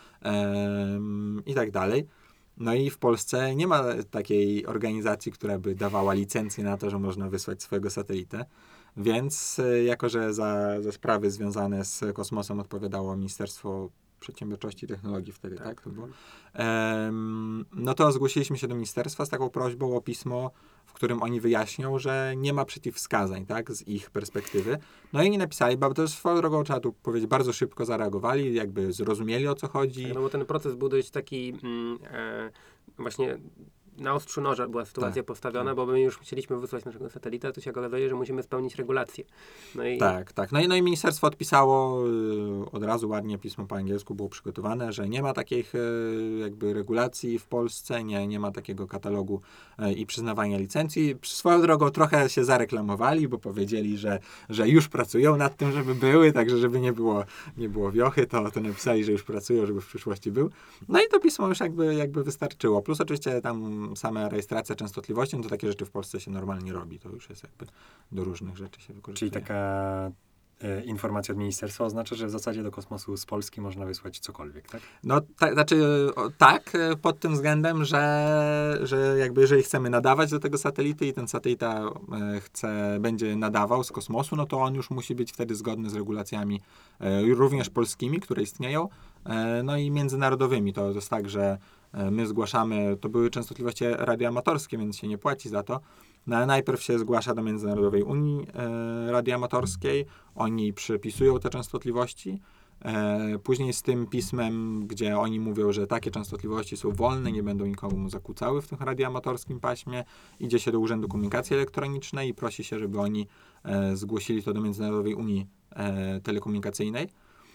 [SPEAKER 2] i tak dalej. No i w Polsce nie ma takiej organizacji, która by dawała licencję na to, że można wysłać swojego satelitę, więc jako, że za sprawy związane z kosmosem odpowiadało Ministerstwo Przedsiębiorczości i Technologii wtedy, tak? To było. No to zgłosiliśmy się do ministerstwa z taką prośbą o pismo, w którym oni wyjaśnią, że nie ma przeciwwskazań, tak? Z ich perspektywy. No i oni napisali, bo to jest swoją drogą, trzeba tu powiedzieć, bardzo szybko zareagowali, jakby zrozumieli, o co chodzi.
[SPEAKER 3] Tak, no bo ten proces był dość taki właśnie na ostrzu noża była sytuacja postawiona, bo my już chcieliśmy wysłać naszego satelita, to się okazuje, że musimy spełnić regulacje. No i...
[SPEAKER 2] Tak. No i ministerstwo odpisało od razu ładnie, pismo po angielsku było przygotowane, że nie ma takich jakby regulacji w Polsce, nie ma takiego katalogu i przyznawania licencji. Swoją drogą trochę się zareklamowali, bo powiedzieli, że już pracują nad tym, żeby były, także żeby nie było wiochy, to napisali, że już pracują, żeby w przyszłości był. No i to pismo już jakby wystarczyło. Plus oczywiście tam sama rejestracja częstotliwości, no to takie rzeczy w Polsce się normalnie robi. To już jest jakby do różnych rzeczy się wykorzystuje.
[SPEAKER 1] Czyli taka informacja od ministerstwa oznacza, że w zasadzie do kosmosu z Polski można wysłać cokolwiek, tak?
[SPEAKER 2] No, tak, pod tym względem, że jakby jeżeli chcemy nadawać do tego satelity i ten satelita będzie nadawał z kosmosu, no to on już musi być wtedy zgodny z regulacjami również polskimi, które istnieją, no i międzynarodowymi. To jest tak, że my zgłaszamy, to były częstotliwości radioamatorskie, więc się nie płaci za to. No, najpierw się zgłasza do Międzynarodowej Unii Radioamatorskiej, oni przypisują te częstotliwości, później z tym pismem, gdzie oni mówią, że takie częstotliwości są wolne, nie będą nikomu zakłócały w tym radioamatorskim paśmie, idzie się do Urzędu Komunikacji Elektronicznej i prosi się, żeby oni zgłosili to do Międzynarodowej Unii Telekomunikacyjnej.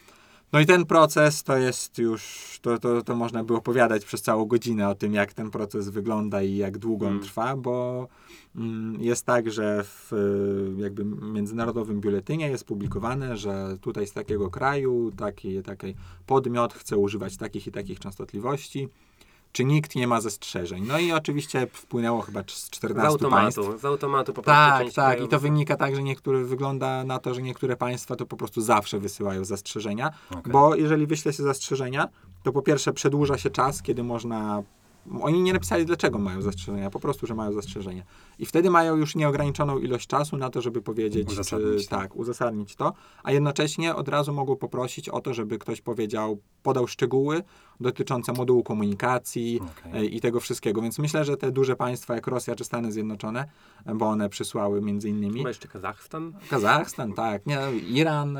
[SPEAKER 2] No i ten proces to jest już, to można by opowiadać przez całą godzinę o tym, jak ten proces wygląda i jak długo on trwa, bo jest tak, że w jakby międzynarodowym biuletynie jest publikowane, że tutaj z takiego kraju taki podmiot chce używać takich i takich częstotliwości. Czy nikt nie ma zastrzeżeń? No i oczywiście wpłynęło chyba z 14 państw.
[SPEAKER 3] Z automatu po prostu
[SPEAKER 2] Tak,
[SPEAKER 3] część
[SPEAKER 2] tak.
[SPEAKER 3] krajów.
[SPEAKER 2] I to wynika tak, że wygląda na to, że niektóre państwa to po prostu zawsze wysyłają zastrzeżenia,
[SPEAKER 1] Okej.
[SPEAKER 2] bo jeżeli wyśle się zastrzeżenia, to po pierwsze przedłuża się czas, kiedy można... Oni nie napisali, dlaczego mają zastrzeżenia, po prostu, że mają zastrzeżenia. I wtedy mają już nieograniczoną ilość czasu na to, żeby powiedzieć,
[SPEAKER 1] Uzasadnić to.
[SPEAKER 2] tak, uzasadnić to, a jednocześnie od razu mogą poprosić o to, żeby ktoś podał szczegóły dotyczące modułu komunikacji
[SPEAKER 1] Okej.
[SPEAKER 2] i tego wszystkiego. Więc myślę, że te duże państwa jak Rosja czy Stany Zjednoczone, bo one przysłały między innymi
[SPEAKER 3] Chyba jeszcze Kazachstan.
[SPEAKER 2] Kazachstan, tak, nie, Iran,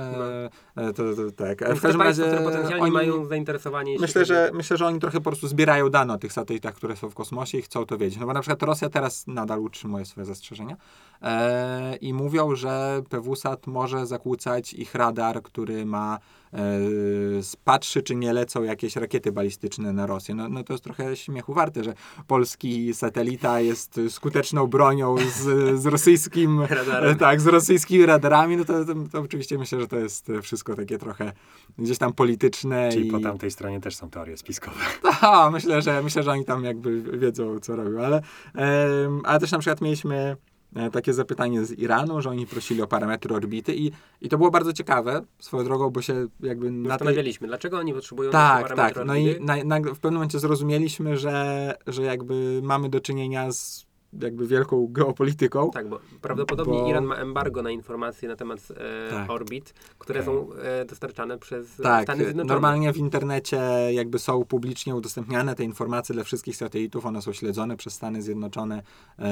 [SPEAKER 2] tak.
[SPEAKER 3] Więc
[SPEAKER 2] W każdym
[SPEAKER 3] te państwa,
[SPEAKER 2] razie
[SPEAKER 3] które potencjalnie
[SPEAKER 2] oni,
[SPEAKER 3] mają zainteresowanie. jeśli
[SPEAKER 2] myślę, że oni trochę po prostu zbierają dane o tych satelitach, które są w kosmosie i chcą to wiedzieć. No bo na przykład Rosja teraz nadal utrzymuje swoje zastrzeżenia i mówią, że PWSAT może zakłócać ich radar, który ma patrzy, czy nie lecą jakieś rakiety balistyczne na Rosję. No to jest trochę śmiechu warte, że polski satelita jest skuteczną bronią z rosyjskim
[SPEAKER 3] Radarem.
[SPEAKER 2] tak, z rosyjskimi radarami, no to oczywiście myślę, że to jest wszystko takie trochę gdzieś tam polityczne.
[SPEAKER 1] Czyli
[SPEAKER 2] i...
[SPEAKER 1] po tamtej stronie też są teorie spiskowe.
[SPEAKER 2] Myślę, że oni tam jakby wiedzą, co robią, ale też na przykład mieliśmy takie zapytanie z Iranu, że oni prosili o parametry orbity i to było bardzo ciekawe swoją drogą, bo się jakby na tej...
[SPEAKER 3] Zastanawialiśmy, dlaczego oni potrzebują
[SPEAKER 2] Tak,
[SPEAKER 3] parametry
[SPEAKER 2] tak. No i
[SPEAKER 3] orbity?
[SPEAKER 2] w pewnym momencie zrozumieliśmy, że jakby mamy do czynienia z jakby wielką geopolityką.
[SPEAKER 3] Tak, bo prawdopodobnie Iran ma embargo na informacje na temat
[SPEAKER 2] Tak.
[SPEAKER 3] orbit, które
[SPEAKER 1] Okej.
[SPEAKER 3] są dostarczane przez
[SPEAKER 2] Tak,
[SPEAKER 3] Stany Zjednoczone.
[SPEAKER 2] normalnie w internecie jakby są publicznie udostępniane te informacje dla wszystkich satelitów, one są śledzone przez Stany Zjednoczone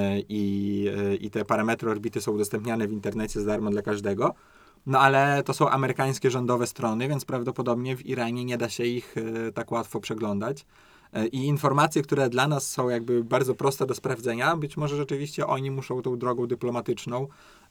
[SPEAKER 2] i te parametry orbity są udostępniane w internecie za darmo dla każdego. No ale to są amerykańskie rządowe strony, więc prawdopodobnie w Iranie nie da się ich tak łatwo przeglądać. I informacje, które dla nas są jakby bardzo proste do sprawdzenia, być może rzeczywiście oni muszą tą drogą dyplomatyczną,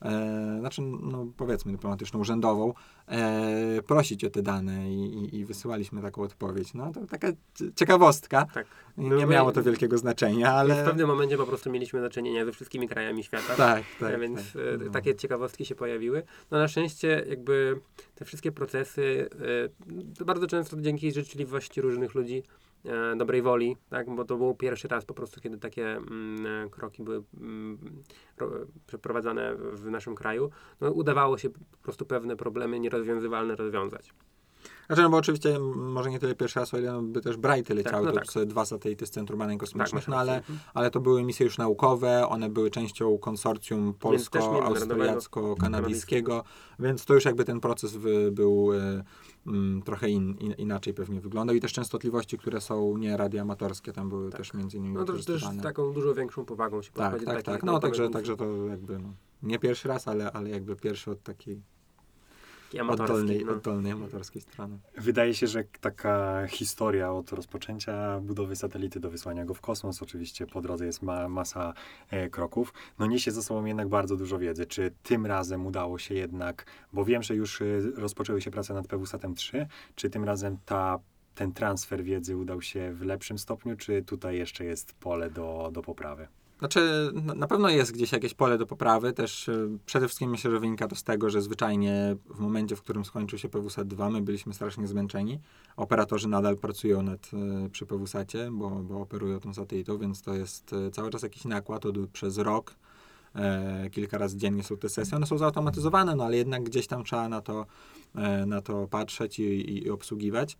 [SPEAKER 2] powiedzmy dyplomatyczną, urzędową, prosić o te dane i wysyłaliśmy taką odpowiedź. No to taka ciekawostka.
[SPEAKER 3] Tak.
[SPEAKER 2] Nie miało to wielkiego znaczenia,
[SPEAKER 3] Ale w
[SPEAKER 2] ale...
[SPEAKER 3] pewnym momencie po prostu mieliśmy do czynienia ze wszystkimi krajami świata.
[SPEAKER 2] Tak.
[SPEAKER 3] Więc
[SPEAKER 2] No.
[SPEAKER 3] takie ciekawostki się pojawiły. No na szczęście jakby te wszystkie procesy to bardzo często dzięki życzliwości różnych ludzi, dobrej woli, tak, bo to był pierwszy raz po prostu, kiedy takie kroki były przeprowadzane w naszym kraju. No, udawało się po prostu pewne problemy nierozwiązywalne rozwiązać.
[SPEAKER 2] Znaczy, no bo oczywiście może nie tyle pierwszy raz, o ile by też Brighty leciały,
[SPEAKER 3] no
[SPEAKER 2] to
[SPEAKER 3] tak.
[SPEAKER 2] są 2 satelity z Centrum Badań Kosmicznych,
[SPEAKER 3] Tak,
[SPEAKER 2] no
[SPEAKER 3] masz
[SPEAKER 2] ale,
[SPEAKER 3] rację.
[SPEAKER 2] ale to były misje już naukowe, one były częścią konsorcjum polsko-austriacko-kanadyjskiego, więc to już jakby ten proces był trochę inaczej pewnie wyglądał i też częstotliwości, które są nie radioamatorskie, tam były też między innymi
[SPEAKER 3] No to też z
[SPEAKER 2] wykorzystywane.
[SPEAKER 3] taką dużo większą powagą się podchodzi do takich
[SPEAKER 2] Tak. No
[SPEAKER 3] naukowych misji.
[SPEAKER 2] także to jakby nie pierwszy raz, ale jakby pierwszy od takiej
[SPEAKER 3] Taki amatorski,
[SPEAKER 2] oddolnej amatorskiej strony.
[SPEAKER 1] Wydaje się, że taka historia od rozpoczęcia budowy satelity do wysłania go w kosmos, oczywiście po drodze jest masa kroków, no niesie ze sobą jednak bardzo dużo wiedzy. Czy tym razem udało się jednak, bo wiem, że już rozpoczęły się prace nad PWSAT-em 3, czy tym razem ten transfer wiedzy udał się w lepszym stopniu, czy tutaj jeszcze jest pole do poprawy?
[SPEAKER 2] Znaczy, na pewno jest gdzieś jakieś pole do poprawy. Też przede wszystkim myślę, że wynika to z tego, że zwyczajnie w momencie, w którym skończył się PWSAT 2, my byliśmy strasznie zmęczeni. Operatorzy nadal pracują przy PWSAcie, bo operują tą satelitą, więc to jest cały czas jakiś nakład przez rok. Kilka razy dziennie są te sesje. One są zautomatyzowane, no ale jednak gdzieś tam trzeba na to patrzeć i obsługiwać.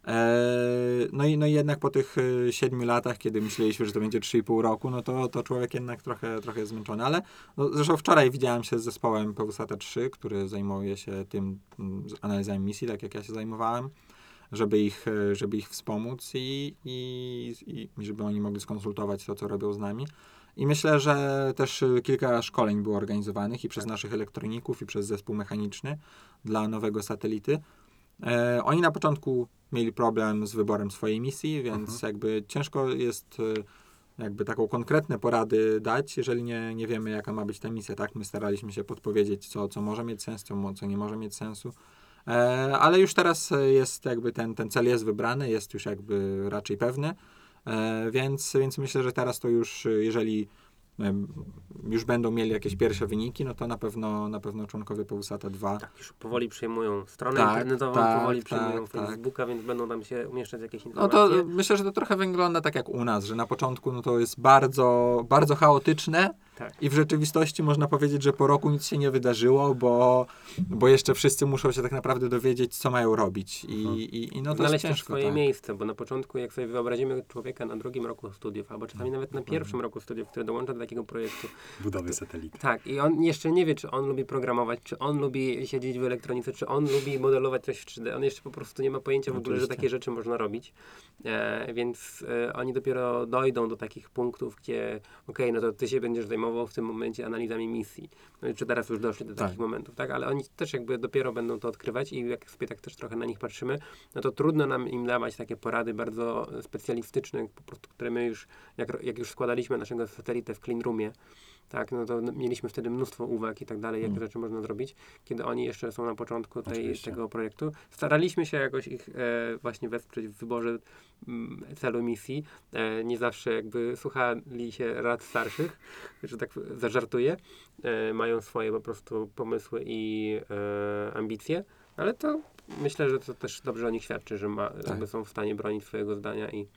[SPEAKER 2] No i jednak po tych 7 latach, kiedy myśleliśmy, że to będzie 3,5 roku, no to człowiek jednak trochę jest zmęczony, ale zresztą wczoraj widziałem się z zespołem PWSAT 3, który zajmuje się tym analizami misji, tak jak ja się zajmowałem, żeby ich wspomóc i żeby oni mogli skonsultować to, co robią z nami. I myślę, że też kilka szkoleń było organizowanych i przez naszych elektroników, i przez zespół mechaniczny dla nowego satelity. Oni na początku mieli problem z wyborem swojej misji, więc jakby ciężko jest jakby taką konkretne porady dać, jeżeli nie wiemy, jaka ma być ta misja, tak? My staraliśmy się podpowiedzieć, co może mieć sens, co nie może mieć sensu. Ale już teraz jest jakby ten cel jest wybrany, jest już jakby raczej pewny, więc myślę, że teraz to już, jeżeli już będą mieli jakieś pierwsze wyniki, no to na pewno członkowie PWSAT 2.
[SPEAKER 3] Tak, już powoli przejmują stronę
[SPEAKER 2] Tak,
[SPEAKER 3] internetową,
[SPEAKER 2] tak,
[SPEAKER 3] powoli
[SPEAKER 2] tak,
[SPEAKER 3] przejmują
[SPEAKER 2] tak.
[SPEAKER 3] Facebooka, więc będą tam się umieszczać jakieś
[SPEAKER 2] No
[SPEAKER 3] informacje.
[SPEAKER 2] to myślę, że to trochę wygląda tak jak u nas, że na początku no to jest bardzo, bardzo chaotyczne
[SPEAKER 3] Tak.
[SPEAKER 2] i w rzeczywistości można powiedzieć, że po roku nic się nie wydarzyło, bo jeszcze wszyscy muszą się tak naprawdę dowiedzieć, co mają robić i no to jest
[SPEAKER 3] Znaleźć też
[SPEAKER 2] ciężko.
[SPEAKER 3] swoje
[SPEAKER 2] Tak.
[SPEAKER 3] miejsce, bo na początku, jak sobie wyobrazimy człowieka na drugim roku studiów, albo czasami nawet na pierwszym roku studiów, który dołącza do takiego projektu,
[SPEAKER 1] Budowy satelity.
[SPEAKER 3] tak, i on jeszcze nie wie, czy on lubi programować, czy on lubi siedzieć w elektronice, czy on lubi modelować coś w 3D. On jeszcze po prostu nie ma pojęcia w ogóle, że
[SPEAKER 2] Oczywiście.
[SPEAKER 3] takie rzeczy można robić. Więc oni dopiero dojdą do takich punktów, gdzie okej, no to ty się będziesz zajmował w tym momencie analizami misji. No i czy teraz już doszli do
[SPEAKER 2] Tak.
[SPEAKER 3] takich momentów, tak? Ale oni też jakby dopiero będą to odkrywać i jak sobie tak też trochę na nich patrzymy, no to trudno nam im dawać takie porady bardzo specjalistyczne, po prostu, które my już, jak już składaliśmy naszego satelitę w clean roomie, tak, no to mieliśmy wtedy mnóstwo uwag i tak dalej, jakie rzeczy można zrobić, kiedy oni jeszcze są na początku
[SPEAKER 1] Oczywiście.
[SPEAKER 3] tego projektu. Staraliśmy się jakoś ich właśnie wesprzeć w wyborze celu misji. Nie zawsze jakby słuchali się rad starszych, że tak zażartuję. Mają swoje po prostu pomysły i ambicje, ale to myślę, że to też dobrze o nich świadczy, że jakby są w stanie bronić swojego zdania i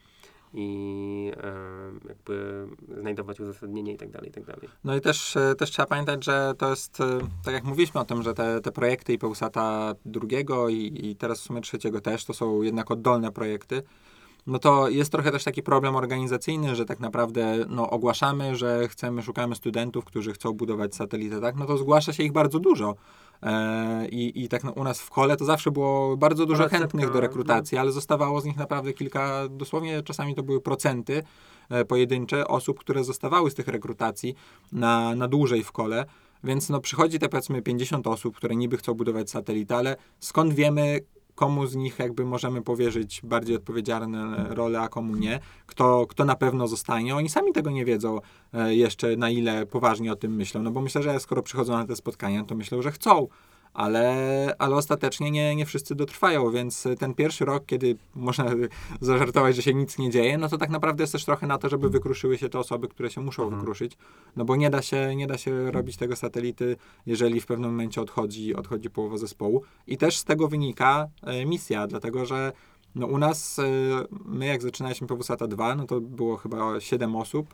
[SPEAKER 3] jakby znajdować uzasadnienie i tak dalej, i tak dalej.
[SPEAKER 2] No i też trzeba pamiętać, że to jest, tak jak mówiliśmy o tym, że te projekty i PWSAT-a drugiego i teraz w sumie trzeciego też, to są jednak oddolne projekty. No to jest trochę też taki problem organizacyjny, że tak naprawdę no, ogłaszamy, że szukamy studentów, którzy chcą budować satelitę, tak? No to zgłasza się ich bardzo dużo. I tak no, u nas w kole to zawsze było bardzo dużo
[SPEAKER 3] Ponad
[SPEAKER 2] chętnych
[SPEAKER 3] setka,
[SPEAKER 2] do rekrutacji, ale zostawało z nich naprawdę kilka, dosłownie czasami to były procenty pojedyncze osób, które zostawały z tych rekrutacji na dłużej w kole. Więc no przychodzi te powiedzmy 50 osób, które niby chcą budować satelitę, ale skąd wiemy, komu z nich jakby możemy powierzyć bardziej odpowiedzialne role, a komu nie. Kto na pewno zostanie. Oni sami tego nie wiedzą jeszcze, na ile poważnie o tym myślą. No bo myślę, że skoro przychodzą na te spotkania, to myślą, że chcą. Ale ostatecznie nie wszyscy dotrwają, więc ten pierwszy rok, kiedy można zażartować, że się nic nie dzieje, no to tak naprawdę jest też trochę na to, żeby wykruszyły się te osoby, które się muszą wykruszyć. No bo nie da się robić tego satelity, jeżeli w pewnym momencie odchodzi połowa zespołu. I też z tego wynika misja, dlatego że no u nas, my jak zaczynaliśmy PWSAT 2, no to było chyba 7 osób,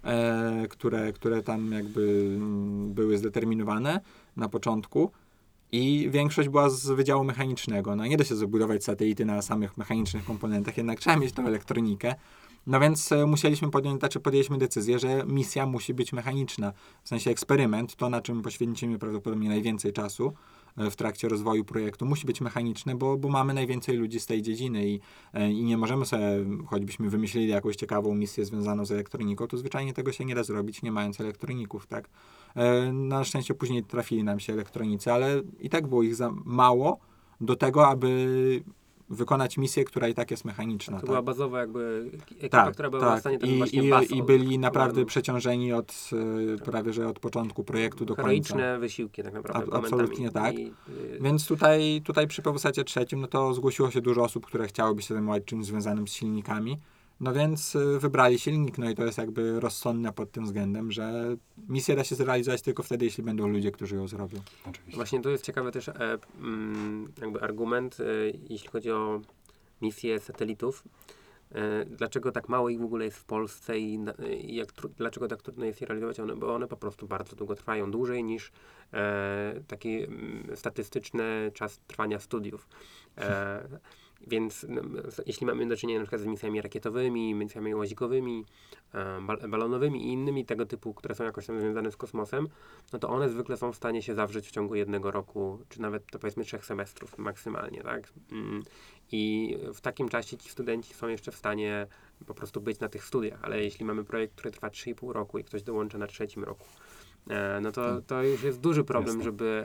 [SPEAKER 2] które tam jakby były zdeterminowane na początku. I większość była z Wydziału Mechanicznego. No nie da się zabudować satelity na samych mechanicznych komponentach, jednak trzeba mieć tą elektronikę. No więc podjęliśmy decyzję, że misja musi być mechaniczna. W sensie eksperyment, to na czym poświęcimy prawdopodobnie najwięcej czasu w trakcie rozwoju projektu, musi być mechaniczne, bo mamy najwięcej ludzi z tej dziedziny i nie możemy sobie, choćbyśmy wymyślili jakąś ciekawą misję związaną z elektroniką, to zwyczajnie tego się nie da zrobić, nie mając elektroników, tak? Na szczęście później trafili nam się elektronicy, ale i tak było ich za mało do tego, aby wykonać misję, która i tak jest mechaniczna.
[SPEAKER 3] To była bazowa jakby ekipa, która była w stanie ten właśnie baz
[SPEAKER 2] I byli naprawdę
[SPEAKER 3] ogarnąć.
[SPEAKER 2] przeciążeni prawie że od początku projektu do końca.
[SPEAKER 3] Heroiczne wysiłki tak naprawdę.
[SPEAKER 2] Absolutnie
[SPEAKER 3] momentami.
[SPEAKER 2] tak. Więc tutaj przy PWSAT-cie trzecim, no to zgłosiło się dużo osób, które chciałyby się zajmować czymś związanym z silnikami. No więc wybrali silnik, no i to jest jakby rozsądne pod tym względem, że misję da się zrealizować tylko wtedy, jeśli będą ludzie, którzy ją zrobią.
[SPEAKER 1] Oczywiście.
[SPEAKER 3] Właśnie tu jest ciekawy też jakby argument, jeśli chodzi o misję satelitów. Dlaczego tak mało ich w ogóle jest w Polsce i dlaczego tak trudno jest je realizować? Bo one po prostu bardzo długo trwają, dłużej niż taki statystyczny czas trwania studiów. Więc jeśli mamy do czynienia na przykład z misjami rakietowymi, misjami łazikowymi, balonowymi i innymi tego typu, które są jakoś tam związane z kosmosem, no to one zwykle są w stanie się zawrzeć w ciągu 1 roku, czy nawet to powiedzmy 3 semestrów maksymalnie, tak? I w takim czasie ci studenci są jeszcze w stanie po prostu być na tych studiach, ale jeśli mamy projekt, który trwa 3,5 roku i ktoś dołącza na 3 roku, no to już jest duży problem,
[SPEAKER 1] Jasne.
[SPEAKER 3] żeby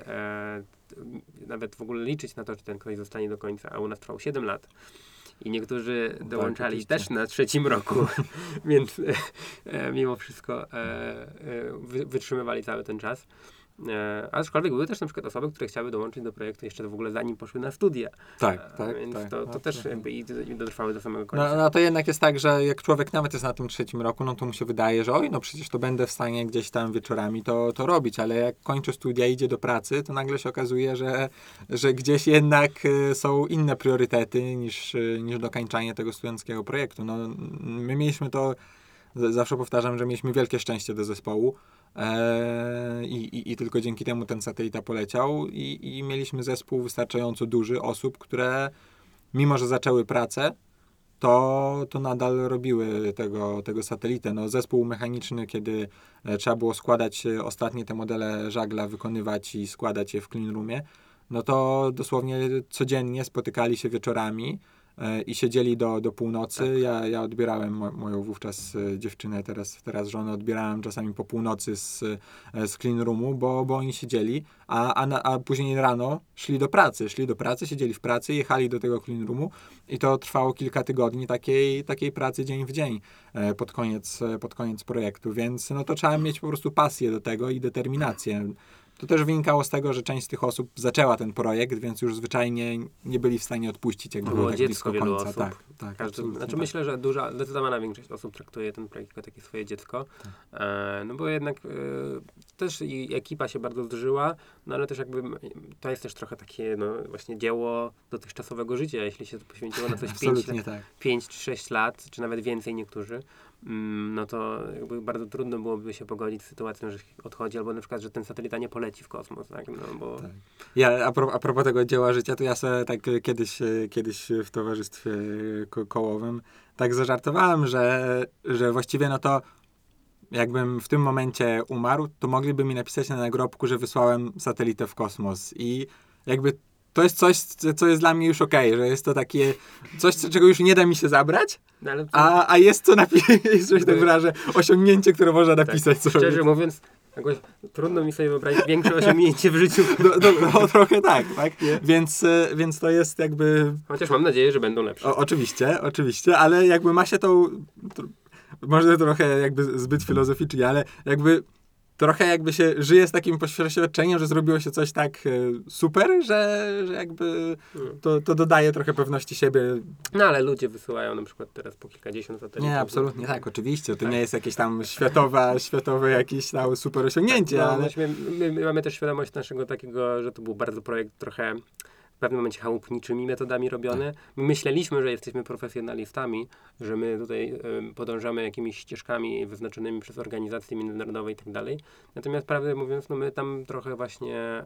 [SPEAKER 3] nawet w ogóle liczyć na to, czy ten ktoś zostanie do końca, a u nas trwał 7 lat. I niektórzy dołączali
[SPEAKER 2] oczywiście.
[SPEAKER 3] też na 3 roku, więc mimo wszystko wytrzymywali cały ten czas. Aczkolwiek były też na przykład osoby, które chciały dołączyć do projektu jeszcze w ogóle zanim poszły na studia.
[SPEAKER 2] Tak.
[SPEAKER 3] Więc
[SPEAKER 2] tak.
[SPEAKER 3] to też
[SPEAKER 2] Absolutnie.
[SPEAKER 3] jakby i dotrwały do samego końca.
[SPEAKER 2] No to jednak jest tak, że jak człowiek nawet jest na tym 3. roku, no to mu się wydaje, że no przecież to będę w stanie gdzieś tam wieczorami to robić, ale jak kończy studia i idzie do pracy, to nagle się okazuje, że gdzieś jednak są inne priorytety niż dokańczanie tego studenckiego projektu. No, my mieliśmy to, zawsze powtarzam, że mieliśmy wielkie szczęście do zespołu i tylko dzięki temu ten satelita poleciał i mieliśmy zespół wystarczająco duży osób, które mimo, że zaczęły pracę, to nadal robiły tego satelitę. No, zespół mechaniczny, kiedy trzeba było składać ostatnie te modele żagla, wykonywać i składać je w clean roomie, no to dosłownie codziennie spotykali się wieczorami i siedzieli do północy.
[SPEAKER 3] Tak.
[SPEAKER 2] Ja odbierałem moją wówczas dziewczynę, teraz żonę, odbierałem czasami po północy z clean roomu, bo oni siedzieli, a później rano szli do pracy, siedzieli w pracy, jechali do tego clean roomu i to trwało kilka tygodni takiej pracy dzień w dzień pod koniec projektu, więc no to trzeba mieć po prostu pasję do tego i determinację. To też wynikało z tego, że część z tych osób zaczęła ten projekt, więc już zwyczajnie nie byli w stanie odpuścić, jak było tak
[SPEAKER 3] dziecko
[SPEAKER 2] blisko
[SPEAKER 3] wielu
[SPEAKER 2] końca.
[SPEAKER 3] osób.
[SPEAKER 2] Tak,
[SPEAKER 3] Znaczy myślę, że zdecydowana większość osób traktuje ten projekt jako takie swoje dziecko. No bo jednak też i ekipa się bardzo zżyła, no ale też jakby to jest też trochę takie no właśnie dzieło dotychczasowego życia, jeśli się to poświęciło na coś
[SPEAKER 2] Absolutnie tak.
[SPEAKER 3] 5 czy 6 lat, czy nawet więcej niektórzy, no to jakby bardzo trudno byłoby się pogodzić z sytuacją, że odchodzi, albo na przykład, że ten satelita nie poleci w kosmos, tak? No bo...
[SPEAKER 2] Tak. Ja a propos tego dzieła życia, to ja sobie tak kiedyś w towarzystwie kołowym tak zażartowałem, że właściwie no to jakbym w tym momencie umarł, to mogliby mi napisać na nagrobku, że wysłałem satelitę w kosmos i jakby to jest coś, co jest dla mnie już okej, że jest to takie coś, czego już nie da mi się zabrać,
[SPEAKER 3] No, ale
[SPEAKER 2] a jest to jest coś tak wyrażę, osiągnięcie, które można napisać sobie.
[SPEAKER 3] szczerze mówiąc, jakoś trudno mi sobie wyobrazić większe osiągnięcie w życiu.
[SPEAKER 2] No, trochę tak. Więc to jest jakby...
[SPEAKER 3] Chociaż mam nadzieję, że będą lepsze.
[SPEAKER 2] Oczywiście, ale jakby ma się może trochę jakby zbyt filozoficznie, ale jakby trochę jakby się żyje z takim przeświadczeniem, że zrobiło się coś tak super, że jakby to dodaje trochę pewności siebie.
[SPEAKER 3] No ale ludzie wysyłają na przykład teraz po kilkadziesiąt satelitów.
[SPEAKER 2] Nie, absolutnie tak, oczywiście. To nie jest jakieś tam światowe jakieś tam super osiągnięcie,
[SPEAKER 3] No,
[SPEAKER 2] ale...
[SPEAKER 3] my mamy też świadomość naszego takiego, że to był bardzo projekt trochę w pewnym momencie chałupniczymi metodami robiony. My myśleliśmy, że jesteśmy profesjonalistami, że my tutaj podążamy jakimiś ścieżkami wyznaczonymi przez organizacje międzynarodowe i tak dalej. Natomiast prawdę mówiąc, no my tam trochę właśnie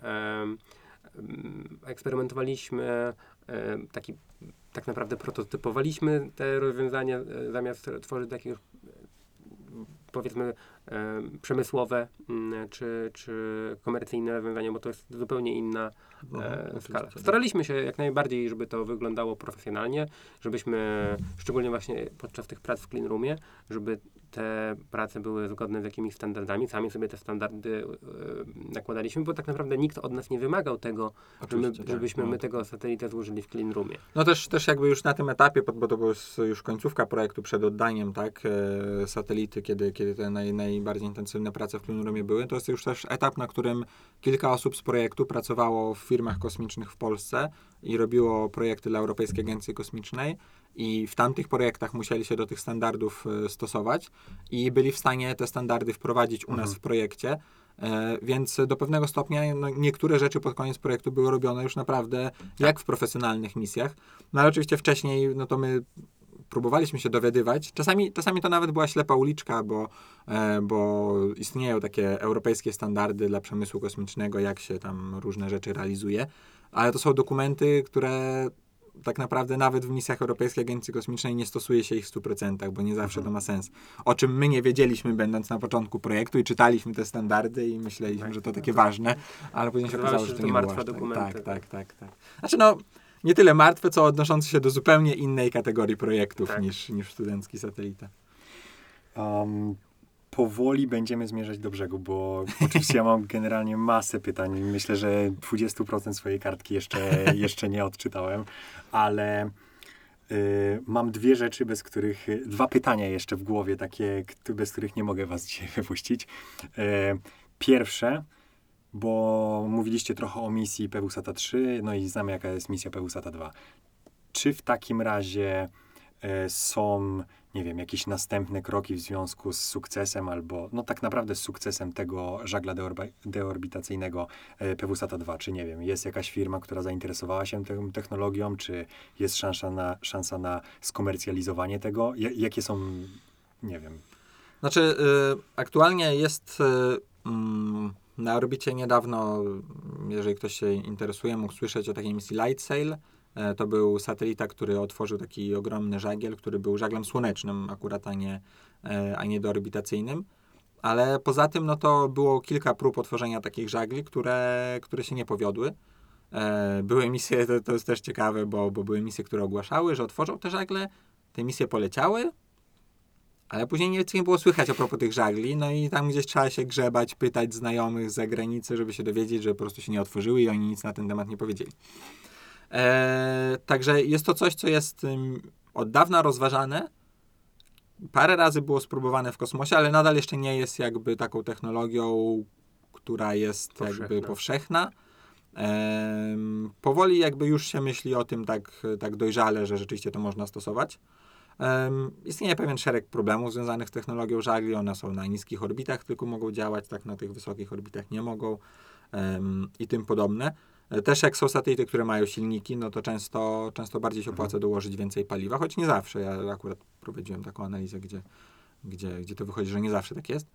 [SPEAKER 3] eksperymentowaliśmy, tak naprawdę prototypowaliśmy te rozwiązania, zamiast tworzyć takie powiedzmy przemysłowe czy komercyjne rozwiązania, bo to jest zupełnie inna skala. Staraliśmy się jak najbardziej, żeby to wyglądało profesjonalnie, żebyśmy, szczególnie właśnie podczas tych prac w clean roomie, żeby te prace były zgodne z jakimiś standardami. Sami sobie te standardy nakładaliśmy, bo tak naprawdę nikt od nas nie wymagał tego, żebyśmy my tego satelitę złożyli w clean roomie.
[SPEAKER 2] No też jakby już na tym etapie, bo to była już końcówka projektu przed oddaniem, tak, satelity, kiedy te najbardziej intensywne prace w clean roomie były, to jest już też etap, na którym kilka osób z projektu pracowało w firmach kosmicznych w Polsce i robiło projekty dla Europejskiej Agencji Kosmicznej i w tamtych projektach musieli się do tych standardów stosować i byli w stanie te standardy wprowadzić u nas w projekcie. Więc do pewnego stopnia niektóre rzeczy pod koniec projektu były robione już naprawdę jak w profesjonalnych misjach. No ale oczywiście wcześniej, no to my próbowaliśmy się dowiadywać. Czasami to nawet była ślepa uliczka, bo istnieją takie europejskie standardy dla przemysłu kosmicznego, jak się tam różne rzeczy realizuje, ale to są dokumenty, które tak naprawdę nawet w misjach Europejskiej Agencji Kosmicznej nie stosuje się ich w 100%, bo nie zawsze to ma sens. O czym my nie wiedzieliśmy, będąc na początku projektu i czytaliśmy te standardy i myśleliśmy, że to takie ważne, ale później się okazało, że to nie było aż tak. Znaczy nie tyle martwe, co odnoszące się do zupełnie innej kategorii projektów niż studencki satelita.
[SPEAKER 1] Powoli będziemy zmierzać do brzegu, bo oczywiście ja mam generalnie masę pytań. Myślę, że 20% swojej kartki jeszcze nie odczytałem, ale mam dwa pytania jeszcze w głowie, takie, bez których nie mogę was dzisiaj wypuścić. Pierwsze, Bo mówiliście trochę o misji PWSAT 3, no i znamy, jaka jest misja PWSAT 2. Czy w takim razie są, nie wiem, jakieś następne kroki w związku z sukcesem albo, no tak naprawdę z sukcesem tego żagla deorbitacyjnego PWSAT 2, czy nie wiem, jest jakaś firma, która zainteresowała się tą technologią, czy jest szansa na skomercjalizowanie tego? Jakie są, nie wiem.
[SPEAKER 2] Znaczy, aktualnie jest na orbicie niedawno, jeżeli ktoś się interesuje, mógł słyszeć o takiej misji LightSail. To był satelita, który otworzył taki ogromny żagiel, który był żaglem słonecznym akurat, a nie deorbitacyjnym. Ale poza tym, no to było kilka prób otworzenia takich żagli, które się nie powiodły. Były misje, to jest też ciekawe, bo były misje, które ogłaszały, że otworzą te żagle, te misje poleciały, ale później nic nie było słychać a propos tych żagli, no i tam gdzieś trzeba się grzebać, pytać znajomych z zagranicy, żeby się dowiedzieć, że po prostu się nie otworzyły i oni nic na ten temat nie powiedzieli. Także jest to coś, co jest od dawna rozważane. Parę razy było spróbowane w kosmosie, ale nadal jeszcze nie jest jakby taką technologią, która jest jakby powszechna. Powoli jakby już się myśli o tym tak dojrzale, że rzeczywiście to można stosować. Istnieje pewien szereg problemów związanych z technologią żagli. One są na niskich orbitach, tylko mogą działać, tak na tych wysokich orbitach nie mogą i tym podobne. Też jak są satelity, które mają silniki, no to często bardziej się opłaca dołożyć więcej paliwa, choć nie zawsze. Ja akurat prowadziłem taką analizę, gdzie to wychodzi, że nie zawsze tak jest.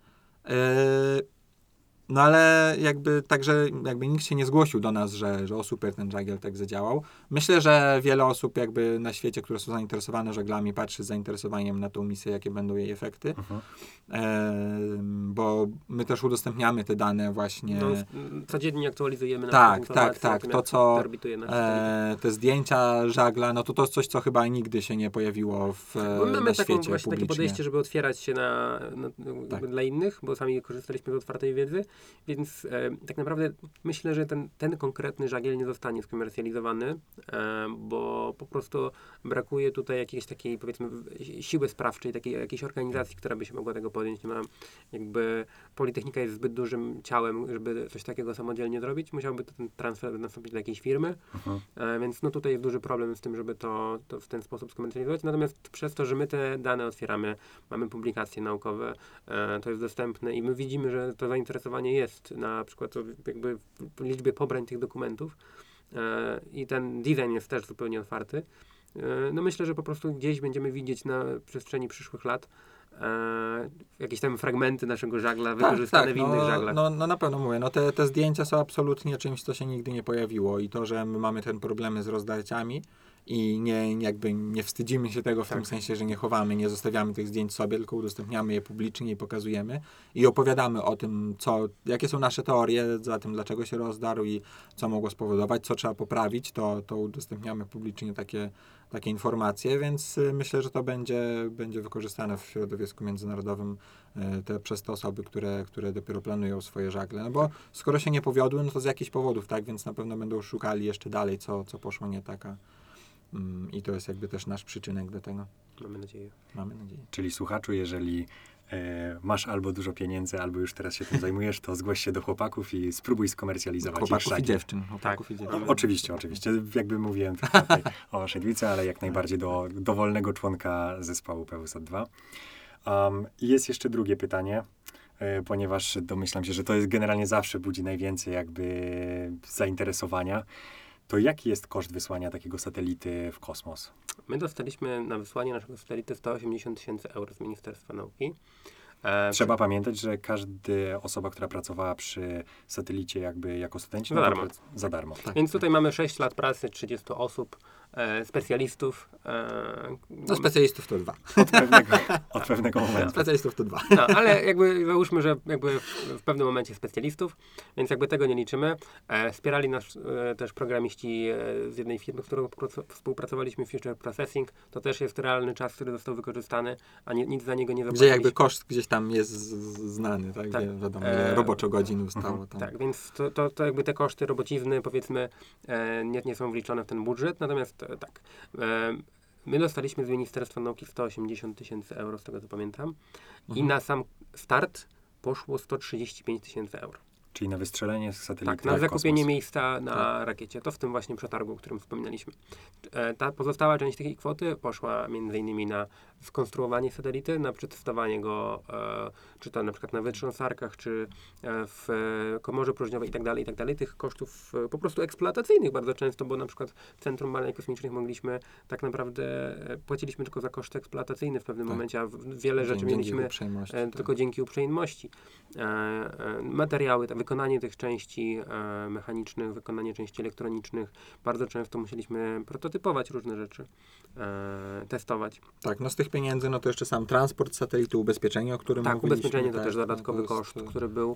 [SPEAKER 2] No ale także nikt się nie zgłosił do nas, że o super ten żagiel tak zadziałał. Myślę, że wiele osób jakby na świecie, które są zainteresowane żaglami, patrzy z zainteresowaniem na tą misję, jakie będą jej efekty. Bo my też udostępniamy te dane właśnie.
[SPEAKER 3] No, codziennie aktualizujemy
[SPEAKER 2] Tak.
[SPEAKER 3] to co orbituje nasz
[SPEAKER 2] te zdjęcia żagla, no to jest coś, co chyba nigdy się nie pojawiło na świecie
[SPEAKER 3] właśnie takie podejście, żeby otwierać się dla innych, bo sami korzystaliśmy z otwartej wiedzy. Więc tak naprawdę myślę, że ten konkretny żagiel nie zostanie skomercjalizowany, bo po prostu brakuje tutaj jakiejś takiej, powiedzmy, siły sprawczej, takiej jakiejś organizacji, która by się mogła tego podjąć. Nie ma, jakby Politechnika jest zbyt dużym ciałem, żeby coś takiego samodzielnie zrobić. Musiałby ten transfer nastąpić do jakiejś firmy, więc no tutaj jest duży problem z tym, żeby to w ten sposób skomercjalizować. Natomiast przez to, że my te dane otwieramy, mamy publikacje naukowe, to jest dostępne i my widzimy, że to zainteresowanie jest na przykład jakby w liczbie pobrań tych dokumentów i ten design jest też zupełnie otwarty. No myślę, że po prostu gdzieś będziemy widzieć na przestrzeni przyszłych lat jakieś tam fragmenty naszego żagla wykorzystane w innych żaglach.
[SPEAKER 2] No na pewno mówię, te zdjęcia są absolutnie czymś, co się nigdy nie pojawiło i to, że my mamy ten problemy z rozdarciami i nie wstydzimy się tego w tym sensie, że nie chowamy, nie zostawiamy tych zdjęć sobie, tylko udostępniamy je publicznie i pokazujemy i opowiadamy o tym, jakie są nasze teorie za tym, dlaczego się rozdarł i co mogło spowodować, co trzeba poprawić, to udostępniamy publicznie takie informacje, więc myślę, że to będzie wykorzystane w środowisku międzynarodowym przez te osoby, które dopiero planują swoje żagle. No bo skoro się nie powiodły, no to z jakichś powodów, tak, więc na pewno będą szukali jeszcze dalej, co poszło nie tak. I to jest jakby też nasz przyczynek do tego.
[SPEAKER 3] Mamy nadzieję.
[SPEAKER 1] Czyli słuchaczu, jeżeli masz albo dużo pieniędzy, albo już teraz się tym zajmujesz, to zgłoś się do chłopaków i spróbuj skomercjalizować
[SPEAKER 2] chłopaków i dziewczyn.
[SPEAKER 1] Oczywiście. Jakby mówiłem tutaj o waszej dwójce, ale jak najbardziej do dowolnego członka zespołu PWSAT 2. Jest jeszcze drugie pytanie, ponieważ domyślam się, że to jest generalnie zawsze budzi najwięcej jakby zainteresowania. To jaki jest koszt wysłania takiego satelity w kosmos?
[SPEAKER 3] My dostaliśmy na wysłanie naszego satelity 180 000 euro z Ministerstwa Nauki.
[SPEAKER 1] Trzeba pamiętać, że każda osoba, która pracowała przy satelicie jakby jako studenci, za darmo.
[SPEAKER 3] Tak. Więc tutaj mamy 6 lat pracy, 30 osób, specjalistów.
[SPEAKER 2] Specjalistów to 2.
[SPEAKER 1] Od pewnego momentu.
[SPEAKER 2] Specjalistów to 2.
[SPEAKER 3] No, ale jakby załóżmy, że jakby w pewnym momencie specjalistów, więc jakby tego nie liczymy. Wspierali nas też programiści z jednej firmy, z którą współpracowaliśmy, Future Processing. To też jest realny czas, który został wykorzystany, a nic za niego nie zapłaciliśmy.
[SPEAKER 2] Gdzie jakby koszt gdzieś tam jest znany, tak? Gdzie wiadomo, ile roboczo godzin ustało tam.
[SPEAKER 3] Tak, więc to jakby te koszty robocizny, powiedzmy, nie są wliczone w ten budżet, natomiast my dostaliśmy z Ministerstwa Nauki 180 000 euro, z tego co pamiętam, i na sam start poszło 135 000 euro.
[SPEAKER 1] Czyli na wystrzelenie z satelity
[SPEAKER 3] Tak, na
[SPEAKER 1] w
[SPEAKER 3] zakupienie
[SPEAKER 1] kosmos.
[SPEAKER 3] miejsca na rakiecie. To w tym właśnie przetargu, o którym wspominaliśmy. Ta pozostała część tej kwoty poszła między innymi na skonstruowanie satelity, na przetestowanie go, czy to na przykład na wytrząsarkach, czy w komorze próżniowej i tak dalej. Tych kosztów po prostu eksploatacyjnych bardzo często, bo na przykład w Centrum Badań Kosmicznych mogliśmy tak naprawdę, płaciliśmy tylko za koszty eksploatacyjne w pewnym
[SPEAKER 2] Tak.
[SPEAKER 3] momencie, a wiele rzeczy
[SPEAKER 2] Dzięki
[SPEAKER 3] mieliśmy
[SPEAKER 2] uprzejmości,
[SPEAKER 3] tylko dzięki uprzejmości. Materiały, wykonanie tych części mechanicznych, wykonanie części elektronicznych. Bardzo często musieliśmy prototypować różne rzeczy, testować.
[SPEAKER 2] Tak, no z tych pieniędzy, no to jeszcze sam transport satelity, ubezpieczenie, o którym
[SPEAKER 3] Tak,
[SPEAKER 2] mówiliśmy.
[SPEAKER 3] ubezpieczenie to
[SPEAKER 2] tak,
[SPEAKER 3] też dodatkowy
[SPEAKER 2] to jest,
[SPEAKER 3] koszt, który był.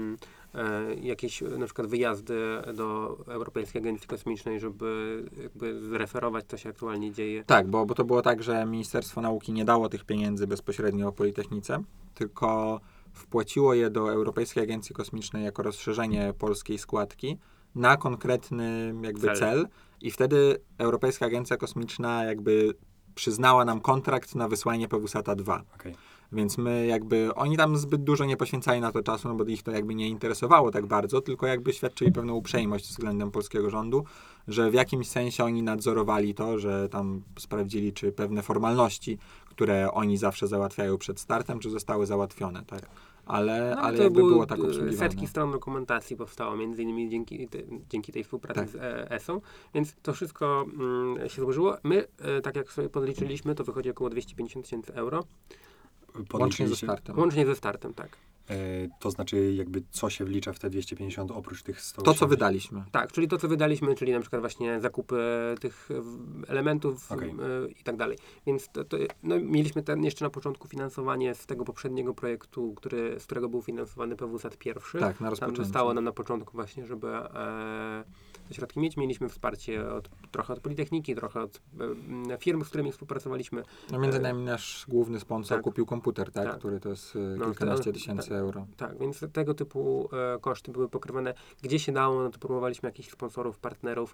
[SPEAKER 3] Jakieś na przykład wyjazdy do Europejskiej Agencji Kosmicznej, żeby jakby zreferować, co się aktualnie dzieje.
[SPEAKER 2] Tak, bo to było tak, że Ministerstwo Nauki nie dało tych pieniędzy bezpośrednio Politechnice, tylko wpłaciło je do Europejskiej Agencji Kosmicznej jako rozszerzenie polskiej składki na konkretny jakby cel i wtedy Europejska Agencja Kosmiczna jakby przyznała nam kontrakt na wysłanie Pewusata 2.
[SPEAKER 1] Okej.
[SPEAKER 2] Więc my jakby, oni tam zbyt dużo nie poświęcali na to czasu, no bo ich to jakby nie interesowało tak bardzo, tylko jakby świadczyli pewną uprzejmość względem polskiego rządu, że w jakimś sensie oni nadzorowali to, że tam sprawdzili, czy pewne formalności, które oni zawsze załatwiają przed startem, czy zostały załatwione, tak? Ale
[SPEAKER 3] to
[SPEAKER 2] jakby było tak obsługiwane.
[SPEAKER 3] setki stron dokumentacji powstało, między innymi dzięki tej współpracy
[SPEAKER 2] Tak.
[SPEAKER 3] z ESO, więc to wszystko się złożyło. My, tak jak sobie podliczyliśmy, to wychodzi około 250 000 euro,
[SPEAKER 2] Łącznie ze
[SPEAKER 1] Podliczyliście-
[SPEAKER 2] startem.
[SPEAKER 3] łącznie ze startem, tak.
[SPEAKER 1] To znaczy jakby co się wlicza w te 250 oprócz tych 100.
[SPEAKER 2] To, co wydaliśmy.
[SPEAKER 3] Tak, czyli to, co wydaliśmy, czyli na przykład właśnie zakupy tych elementów
[SPEAKER 1] Okej.
[SPEAKER 3] i tak dalej. Więc no, mieliśmy jeszcze na początku finansowanie z tego poprzedniego projektu, z którego był finansowany PWSAT pierwszy.
[SPEAKER 2] Tak, na
[SPEAKER 3] Tam
[SPEAKER 2] rozpoczęcie.
[SPEAKER 3] zostało nam na początku właśnie, żeby te środki mieć. Mieliśmy wsparcie trochę od Politechniki, trochę od firm, z którymi współpracowaliśmy.
[SPEAKER 2] No między innymi nasz główny sponsor
[SPEAKER 3] tak.
[SPEAKER 2] kupił komputer, tak?
[SPEAKER 3] Tak.
[SPEAKER 2] Który to jest
[SPEAKER 3] No,
[SPEAKER 2] kilkanaście tysięcy euro.
[SPEAKER 3] Tak, więc tego typu koszty były pokrywane. Gdzie się dało, no to próbowaliśmy jakichś sponsorów, partnerów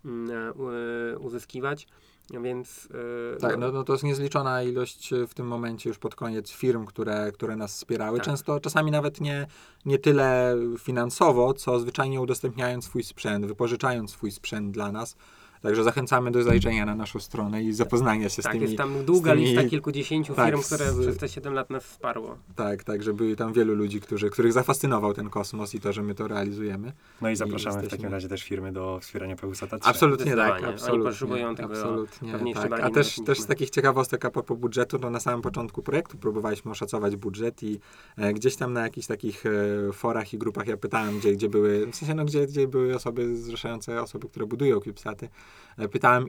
[SPEAKER 3] uzyskiwać, więc...
[SPEAKER 2] Tak, no to jest niezliczona ilość w tym momencie już pod koniec firm, które nas wspierały.
[SPEAKER 3] Tak.
[SPEAKER 2] Często, czasami nawet nie tyle finansowo, co zwyczajnie udostępniając swój sprzęt, wypożyczając swój sprzęt dla nas. Także zachęcamy do zajrzenia na naszą stronę i zapoznania się z
[SPEAKER 3] tak,
[SPEAKER 2] tymi...
[SPEAKER 3] jest tam długa
[SPEAKER 2] z tymi-
[SPEAKER 3] lista kilkudziesięciu
[SPEAKER 2] tak,
[SPEAKER 3] firm, które przez te 7 lat nas wsparło.
[SPEAKER 2] Tak, że były tam wielu ludzi, których zafascynował ten kosmos i to, że my to realizujemy.
[SPEAKER 1] No i zapraszamy w
[SPEAKER 2] jesteśmy-
[SPEAKER 1] takim razie też firmy do wspierania PWSAT 3.
[SPEAKER 2] Absolutnie tak,
[SPEAKER 3] Zdecydowanie. Oni
[SPEAKER 2] absolutnie.
[SPEAKER 3] potrzebują tego
[SPEAKER 2] absolutnie,
[SPEAKER 3] pewnie jeszcze
[SPEAKER 2] tak.
[SPEAKER 3] bardziej
[SPEAKER 2] A też
[SPEAKER 3] niż
[SPEAKER 2] z
[SPEAKER 3] my.
[SPEAKER 2] takich ciekawostek a propos budżetu, to na samym początku projektu próbowaliśmy oszacować budżet i gdzieś tam na jakichś takich forach i grupach ja pytałem, gdzie były, w sensie gdzie były osoby zrzeszające osoby, które budują CubeSaty. Pytałem,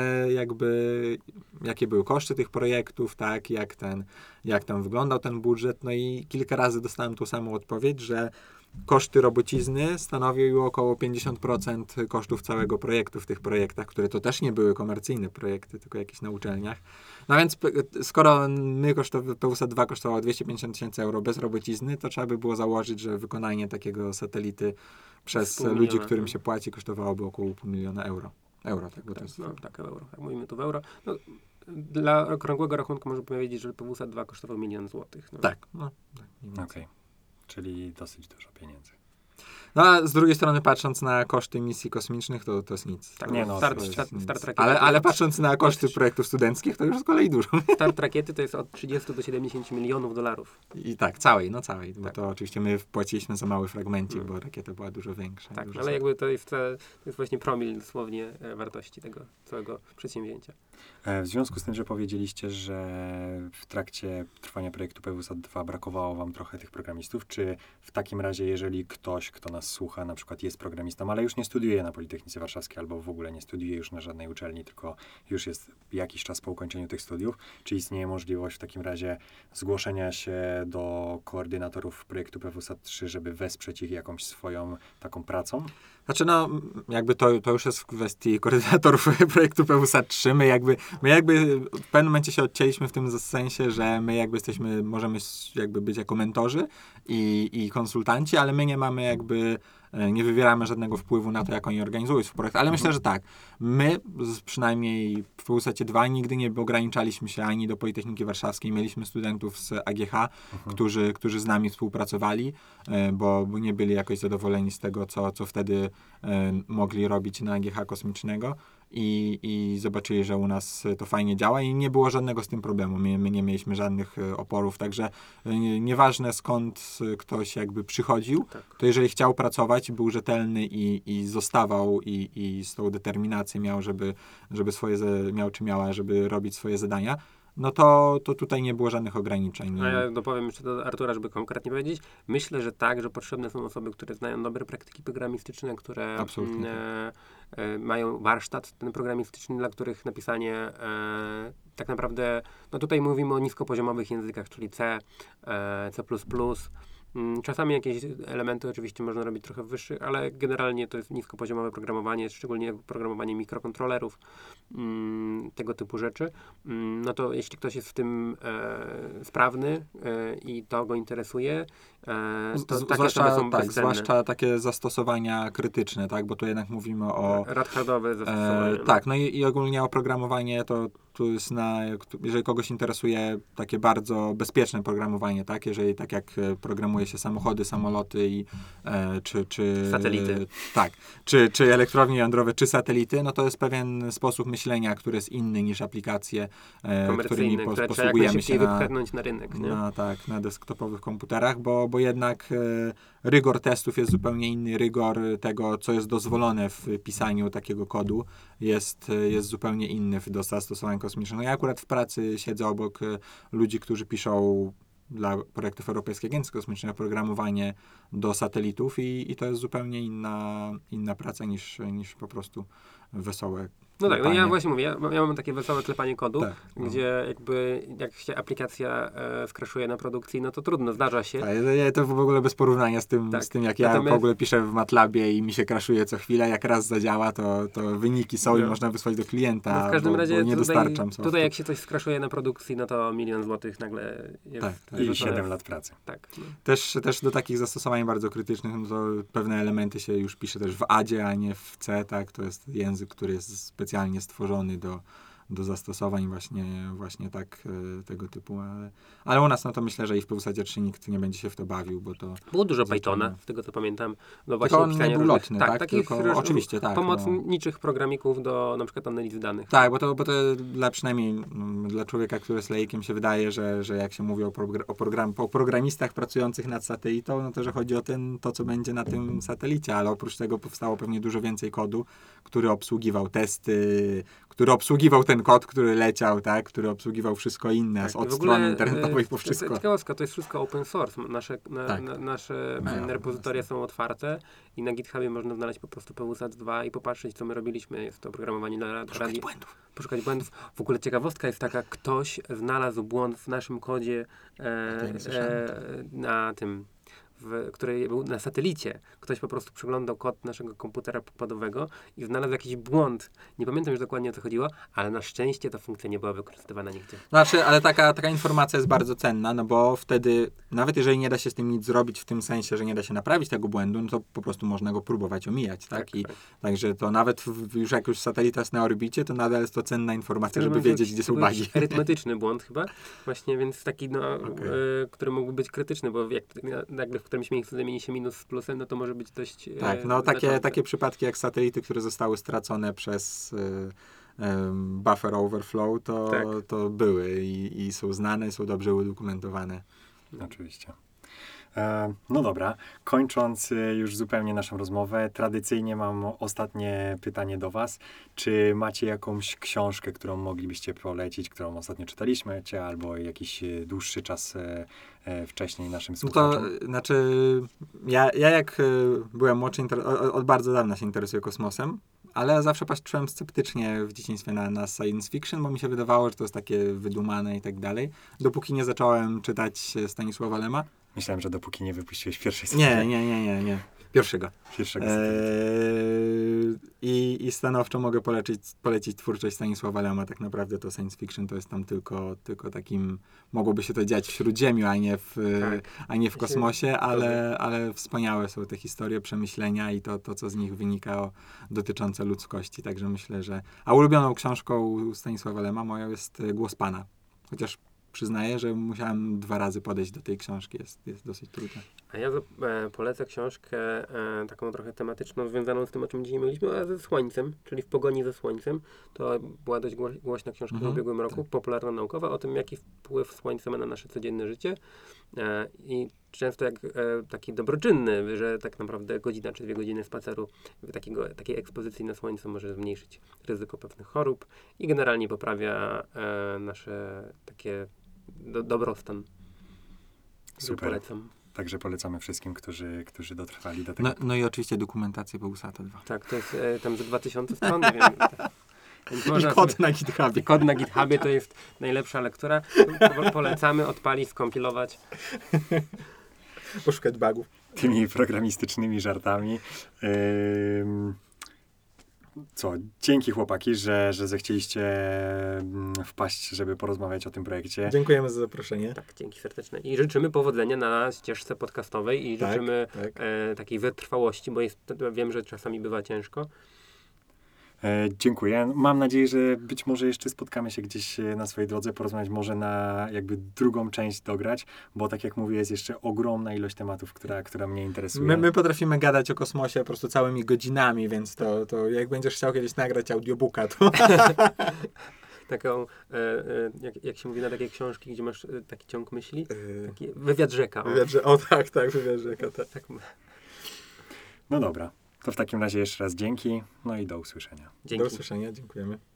[SPEAKER 2] jakie były koszty tych projektów, tak, jak tam wyglądał ten budżet, no i kilka razy dostałem tą samą odpowiedź, że koszty robocizny stanowiły około 50% kosztów całego projektu w tych projektach, które to też nie były komercyjne projekty, tylko jakieś na uczelniach. No więc skoro PWSAT 2 kosztowało 250 000 euro bez robocizny, to trzeba by było założyć, że wykonanie takiego satelity przez
[SPEAKER 3] 500
[SPEAKER 2] ludzi,
[SPEAKER 3] 000,
[SPEAKER 2] którym
[SPEAKER 3] no.
[SPEAKER 2] się płaci, kosztowałoby około 500 000 euro. Euro, tak, bo to jest...
[SPEAKER 3] No, tak, euro. Tak, mówimy tu w euro. No, dla okrągłego rachunku można powiedzieć, że PWSAT 2 kosztował 1 000 000 złotych. No.
[SPEAKER 2] Tak, no. Tak, mniej więcej.
[SPEAKER 1] Okej. Czyli dosyć dużo pieniędzy.
[SPEAKER 2] No a z drugiej strony patrząc na koszty misji kosmicznych, to jest nic.
[SPEAKER 3] Tak,
[SPEAKER 1] Nie, no,
[SPEAKER 3] start,
[SPEAKER 1] to jest
[SPEAKER 3] start,
[SPEAKER 2] nic.
[SPEAKER 3] start rakiety.
[SPEAKER 2] Ale patrząc na koszty projektów studenckich, to już z kolei dużo.
[SPEAKER 3] Start rakiety to jest od 30 do 70 milionów dolarów.
[SPEAKER 2] I tak, całej, bo
[SPEAKER 3] Tak.
[SPEAKER 2] to oczywiście my wpłaciliśmy za mały fragmencik, bo rakieta była dużo większa.
[SPEAKER 3] Tak,
[SPEAKER 2] dużo
[SPEAKER 3] ale jakby to jest właśnie promil dosłownie wartości tego całego przedsięwzięcia.
[SPEAKER 1] W związku z tym, że powiedzieliście, że w trakcie trwania projektu PWSAT 2 brakowało wam trochę tych programistów, czy w takim razie, jeżeli ktoś, kto nas słucha, na przykład jest programistą, ale już nie studiuje na Politechnice Warszawskiej albo w ogóle nie studiuje już na żadnej uczelni, tylko już jest jakiś czas po ukończeniu tych studiów, czy istnieje możliwość w takim razie zgłoszenia się do koordynatorów projektu PWSAT 3, żeby wesprzeć ich jakąś swoją taką pracą?
[SPEAKER 2] Znaczy jakby to już jest w kwestii koordynatorów projektu PWSAT 3. My my jakby w pewnym momencie się odcięliśmy w tym sensie, że my jakby możemy jakby być jako mentorzy i konsultanci, ale my nie mamy jakby, nie wywieramy żadnego wpływu na to, jak oni organizują swój projekt. Ale myślę, że tak, my przynajmniej w PWSAT 2 nigdy nie ograniczaliśmy się ani do Politechniki Warszawskiej. Mieliśmy studentów z AGH, którzy z nami współpracowali, bo nie byli jakoś zadowoleni z tego, co wtedy mogli robić na AGH kosmicznego. I zobaczyli, że u nas to fajnie działa i nie było żadnego z tym problemu. My nie mieliśmy żadnych oporów, także nieważne skąd ktoś jakby przychodził, to jeżeli chciał pracować, był rzetelny i zostawał i z tą determinacją miał, żeby swoje, miał czy miała, żeby robić swoje zadania, no to tutaj nie było żadnych ograniczeń.
[SPEAKER 3] A ja dopowiem jeszcze do Artura, żeby konkretnie powiedzieć. Myślę, że tak, że potrzebne są osoby, które znają dobre praktyki programistyczne, które mają warsztat ten programistyczny, dla których napisanie tak naprawdę, no tutaj mówimy o niskopoziomowych językach, czyli C, C++. Czasami jakieś elementy oczywiście można robić trochę wyższych, ale generalnie to jest niskopoziomowe programowanie, szczególnie programowanie mikrokontrolerów, tego typu rzeczy. No to jeśli ktoś jest w tym sprawny i to go interesuje, to takie osoby są bezcenne.
[SPEAKER 2] Zwłaszcza takie zastosowania krytyczne, tak, bo tu jednak mówimy o...
[SPEAKER 3] Rad-hardowe zastosowania.
[SPEAKER 2] Tak, no i ogólnie oprogramowanie to tu jest jeżeli kogoś interesuje takie bardzo bezpieczne programowanie, tak, jeżeli tak jak programuje się samochody, samoloty i czy
[SPEAKER 3] satelity.
[SPEAKER 2] Tak, czy elektrownie jądrowe, czy satelity, no to jest pewien sposób myślenia, który jest inny niż aplikacje, którymi posługujemy się
[SPEAKER 3] na rynek, nie?
[SPEAKER 2] Na desktopowych komputerach, bo jednak rygor testów jest zupełnie inny, rygor tego, co jest dozwolone w pisaniu takiego kodu jest zupełnie inny do zastosowań kosmicznych. No ja akurat w pracy siedzę obok ludzi, którzy piszą dla projektów Europejskiej Agencji Kosmicznej oprogramowanie do satelitów i to jest zupełnie inna praca niż po prostu wesołe.
[SPEAKER 3] No tak, no ja właśnie mówię, ja mam takie wesołe klepanie kodu,
[SPEAKER 2] tak,
[SPEAKER 3] gdzie jakby jak się aplikacja skraszuje na produkcji, no to trudno, zdarza się.
[SPEAKER 2] Tak, to w ogóle bez porównania z tym jak ja w ogóle piszę w MATLabie i mi się kraszuje co chwilę, jak raz zadziała, to wyniki są i można wysłać do klienta,
[SPEAKER 3] no w każdym razie
[SPEAKER 2] bo nie dostarczam
[SPEAKER 3] tutaj jak się coś skraszuje na produkcji, no to 1 000 000 złotych nagle jest.
[SPEAKER 1] Tak, i 7 lat pracy.
[SPEAKER 3] Tak. No.
[SPEAKER 2] Też do takich zastosowań bardzo krytycznych, no to pewne elementy się już pisze też w ADzie, a nie w C, tak, to jest język, który jest specjalnie stworzony do zastosowań właśnie tak tego typu, ale u nas no to myślę, że i w PWSAT 3 nikt nie będzie się w to bawił, bo to...
[SPEAKER 3] Było dużo Pythona, z tego co pamiętam. No właśnie
[SPEAKER 2] on nie był lotny, tak?
[SPEAKER 3] Takich
[SPEAKER 2] oczywiście, tak.
[SPEAKER 3] Pomocniczych programików do na przykład analizy danych.
[SPEAKER 2] Tak, bo to przynajmniej dla człowieka, który jest laikiem się wydaje, że jak się mówi o programistach pracujących nad satelitą, no to że chodzi o to, co będzie na tym satelicie, ale oprócz tego powstało pewnie dużo więcej kodu, który obsługiwał testy, który obsługiwał ten kod, który leciał, tak, który obsługiwał wszystko inne, od strony internetowej po wszystko.
[SPEAKER 3] Ciekawostka, to jest wszystko open source. Nasze repozytoria są otwarte i na GitHubie można znaleźć po prostu PWSAT 2 i popatrzeć, co my robiliśmy. Jest to oprogramowanie dla poszukać błędów. W ogóle ciekawostka jest taka, ktoś znalazł błąd w naszym kodzie na tym, który był na satelicie. Ktoś po prostu przeglądał kod naszego komputera pokładowego i znalazł jakiś błąd. Nie pamiętam już dokładnie, o co chodziło, ale na szczęście ta funkcja nie była wykorzystywana nigdzie.
[SPEAKER 2] Znaczy, ale taka informacja jest bardzo cenna, no bo wtedy, nawet jeżeli nie da się z tym nic zrobić w tym sensie, że nie da się naprawić tego błędu, no to po prostu można go próbować omijać, tak? Także to nawet jak już satelita jest na orbicie, to nadal jest to cenna informacja, żeby wiedzieć, gdzie są bugi.
[SPEAKER 3] Arytmetyczny błąd chyba. Właśnie, więc taki, który mógłby być krytyczny, bo jak nagle w którymś miejscu zamieni się minus z plusem, no to może być dość...
[SPEAKER 2] Tak, takie przypadki jak satelity, które zostały stracone przez buffer overflow, to były i są znane, są dobrze udokumentowane.
[SPEAKER 1] Oczywiście. No dobra, kończąc już zupełnie naszą rozmowę, tradycyjnie mam ostatnie pytanie do was. Czy macie jakąś książkę, którą moglibyście polecić, którą ostatnio czytaliśmy, albo jakiś dłuższy czas wcześniej naszym słuchaczom?
[SPEAKER 2] To znaczy, ja jak byłem młodszy, od bardzo dawna się interesuję kosmosem, ale zawsze patrzyłem sceptycznie w dzieciństwie na science fiction, bo mi się wydawało, że to jest takie wydumane i tak dalej, dopóki nie zacząłem czytać Stanisława Lema.
[SPEAKER 1] Myślałem, że dopóki nie wypuściłeś pierwszej serii.
[SPEAKER 2] Nie. Pierwszego. I stanowczo mogę polecić twórczość Stanisława Lema. Tak naprawdę to science fiction to jest tam tylko takim, mogłoby się to dziać w Śródziemiu, a nie w kosmosie, ale wspaniałe są te historie, przemyślenia i to co z nich wynika dotyczące ludzkości. Także myślę, że... A ulubioną książką Stanisława Lema moją jest Głos Pana. Chociaż przyznaję, że musiałem 2 razy podejść do tej książki. Jest dosyć trudne.
[SPEAKER 3] A ja polecę książkę taką trochę tematyczną, związaną z tym, o czym dzisiaj mówiliśmy, ale ze Słońcem, czyli W pogoni ze Słońcem. To była dość głośna książka w ubiegłym roku, popularno-naukowa, o tym, jaki wpływ Słońce ma na nasze codzienne życie. I często jak taki dobroczynny, że tak naprawdę godzina czy 2 godziny spaceru takiej ekspozycji na Słońce może zmniejszyć ryzyko pewnych chorób i generalnie poprawia nasze takie dobrostan.
[SPEAKER 1] Super.
[SPEAKER 3] Polecam.
[SPEAKER 1] Także polecamy wszystkim, którzy dotrwali do tego.
[SPEAKER 2] No i oczywiście dokumentację Pewusata 2.
[SPEAKER 3] Tak, to jest tam ze 2000 stron, nie wiem. Więc można
[SPEAKER 2] I kod
[SPEAKER 3] sobie-
[SPEAKER 2] na GitHubie.
[SPEAKER 3] Kod na GitHubie to jest najlepsza lektura. Polecamy odpalić, skompilować.
[SPEAKER 2] Poszukać bugów.
[SPEAKER 1] Tymi programistycznymi żartami. Dzięki chłopaki, że zechcieliście wpaść, żeby porozmawiać o tym projekcie.
[SPEAKER 2] Dziękujemy za zaproszenie.
[SPEAKER 3] Tak, dzięki serdeczne. I życzymy powodzenia na ścieżce podcastowej i
[SPEAKER 2] Tak,
[SPEAKER 3] życzymy
[SPEAKER 2] tak.
[SPEAKER 3] takiej wytrwałości, bo wiem, że czasami bywa ciężko.
[SPEAKER 1] Dziękuję. Mam nadzieję, że być może jeszcze spotkamy się gdzieś na swojej drodze, porozmawiać może na jakby drugą część dograć, bo tak jak mówię, jest jeszcze ogromna ilość tematów, która mnie interesuje.
[SPEAKER 2] My potrafimy gadać o kosmosie po prostu całymi godzinami, więc to jak będziesz chciał kiedyś nagrać audiobooka, to...
[SPEAKER 3] Taką, jak się mówi na takie książki, gdzie masz taki ciąg myśli, taki wywiad rzeka.
[SPEAKER 2] Wywiad rzeka.
[SPEAKER 3] Tak.
[SPEAKER 1] No dobra, to w takim razie jeszcze raz dzięki, no i do usłyszenia.
[SPEAKER 3] Dzięki.
[SPEAKER 2] Do usłyszenia, dziękujemy.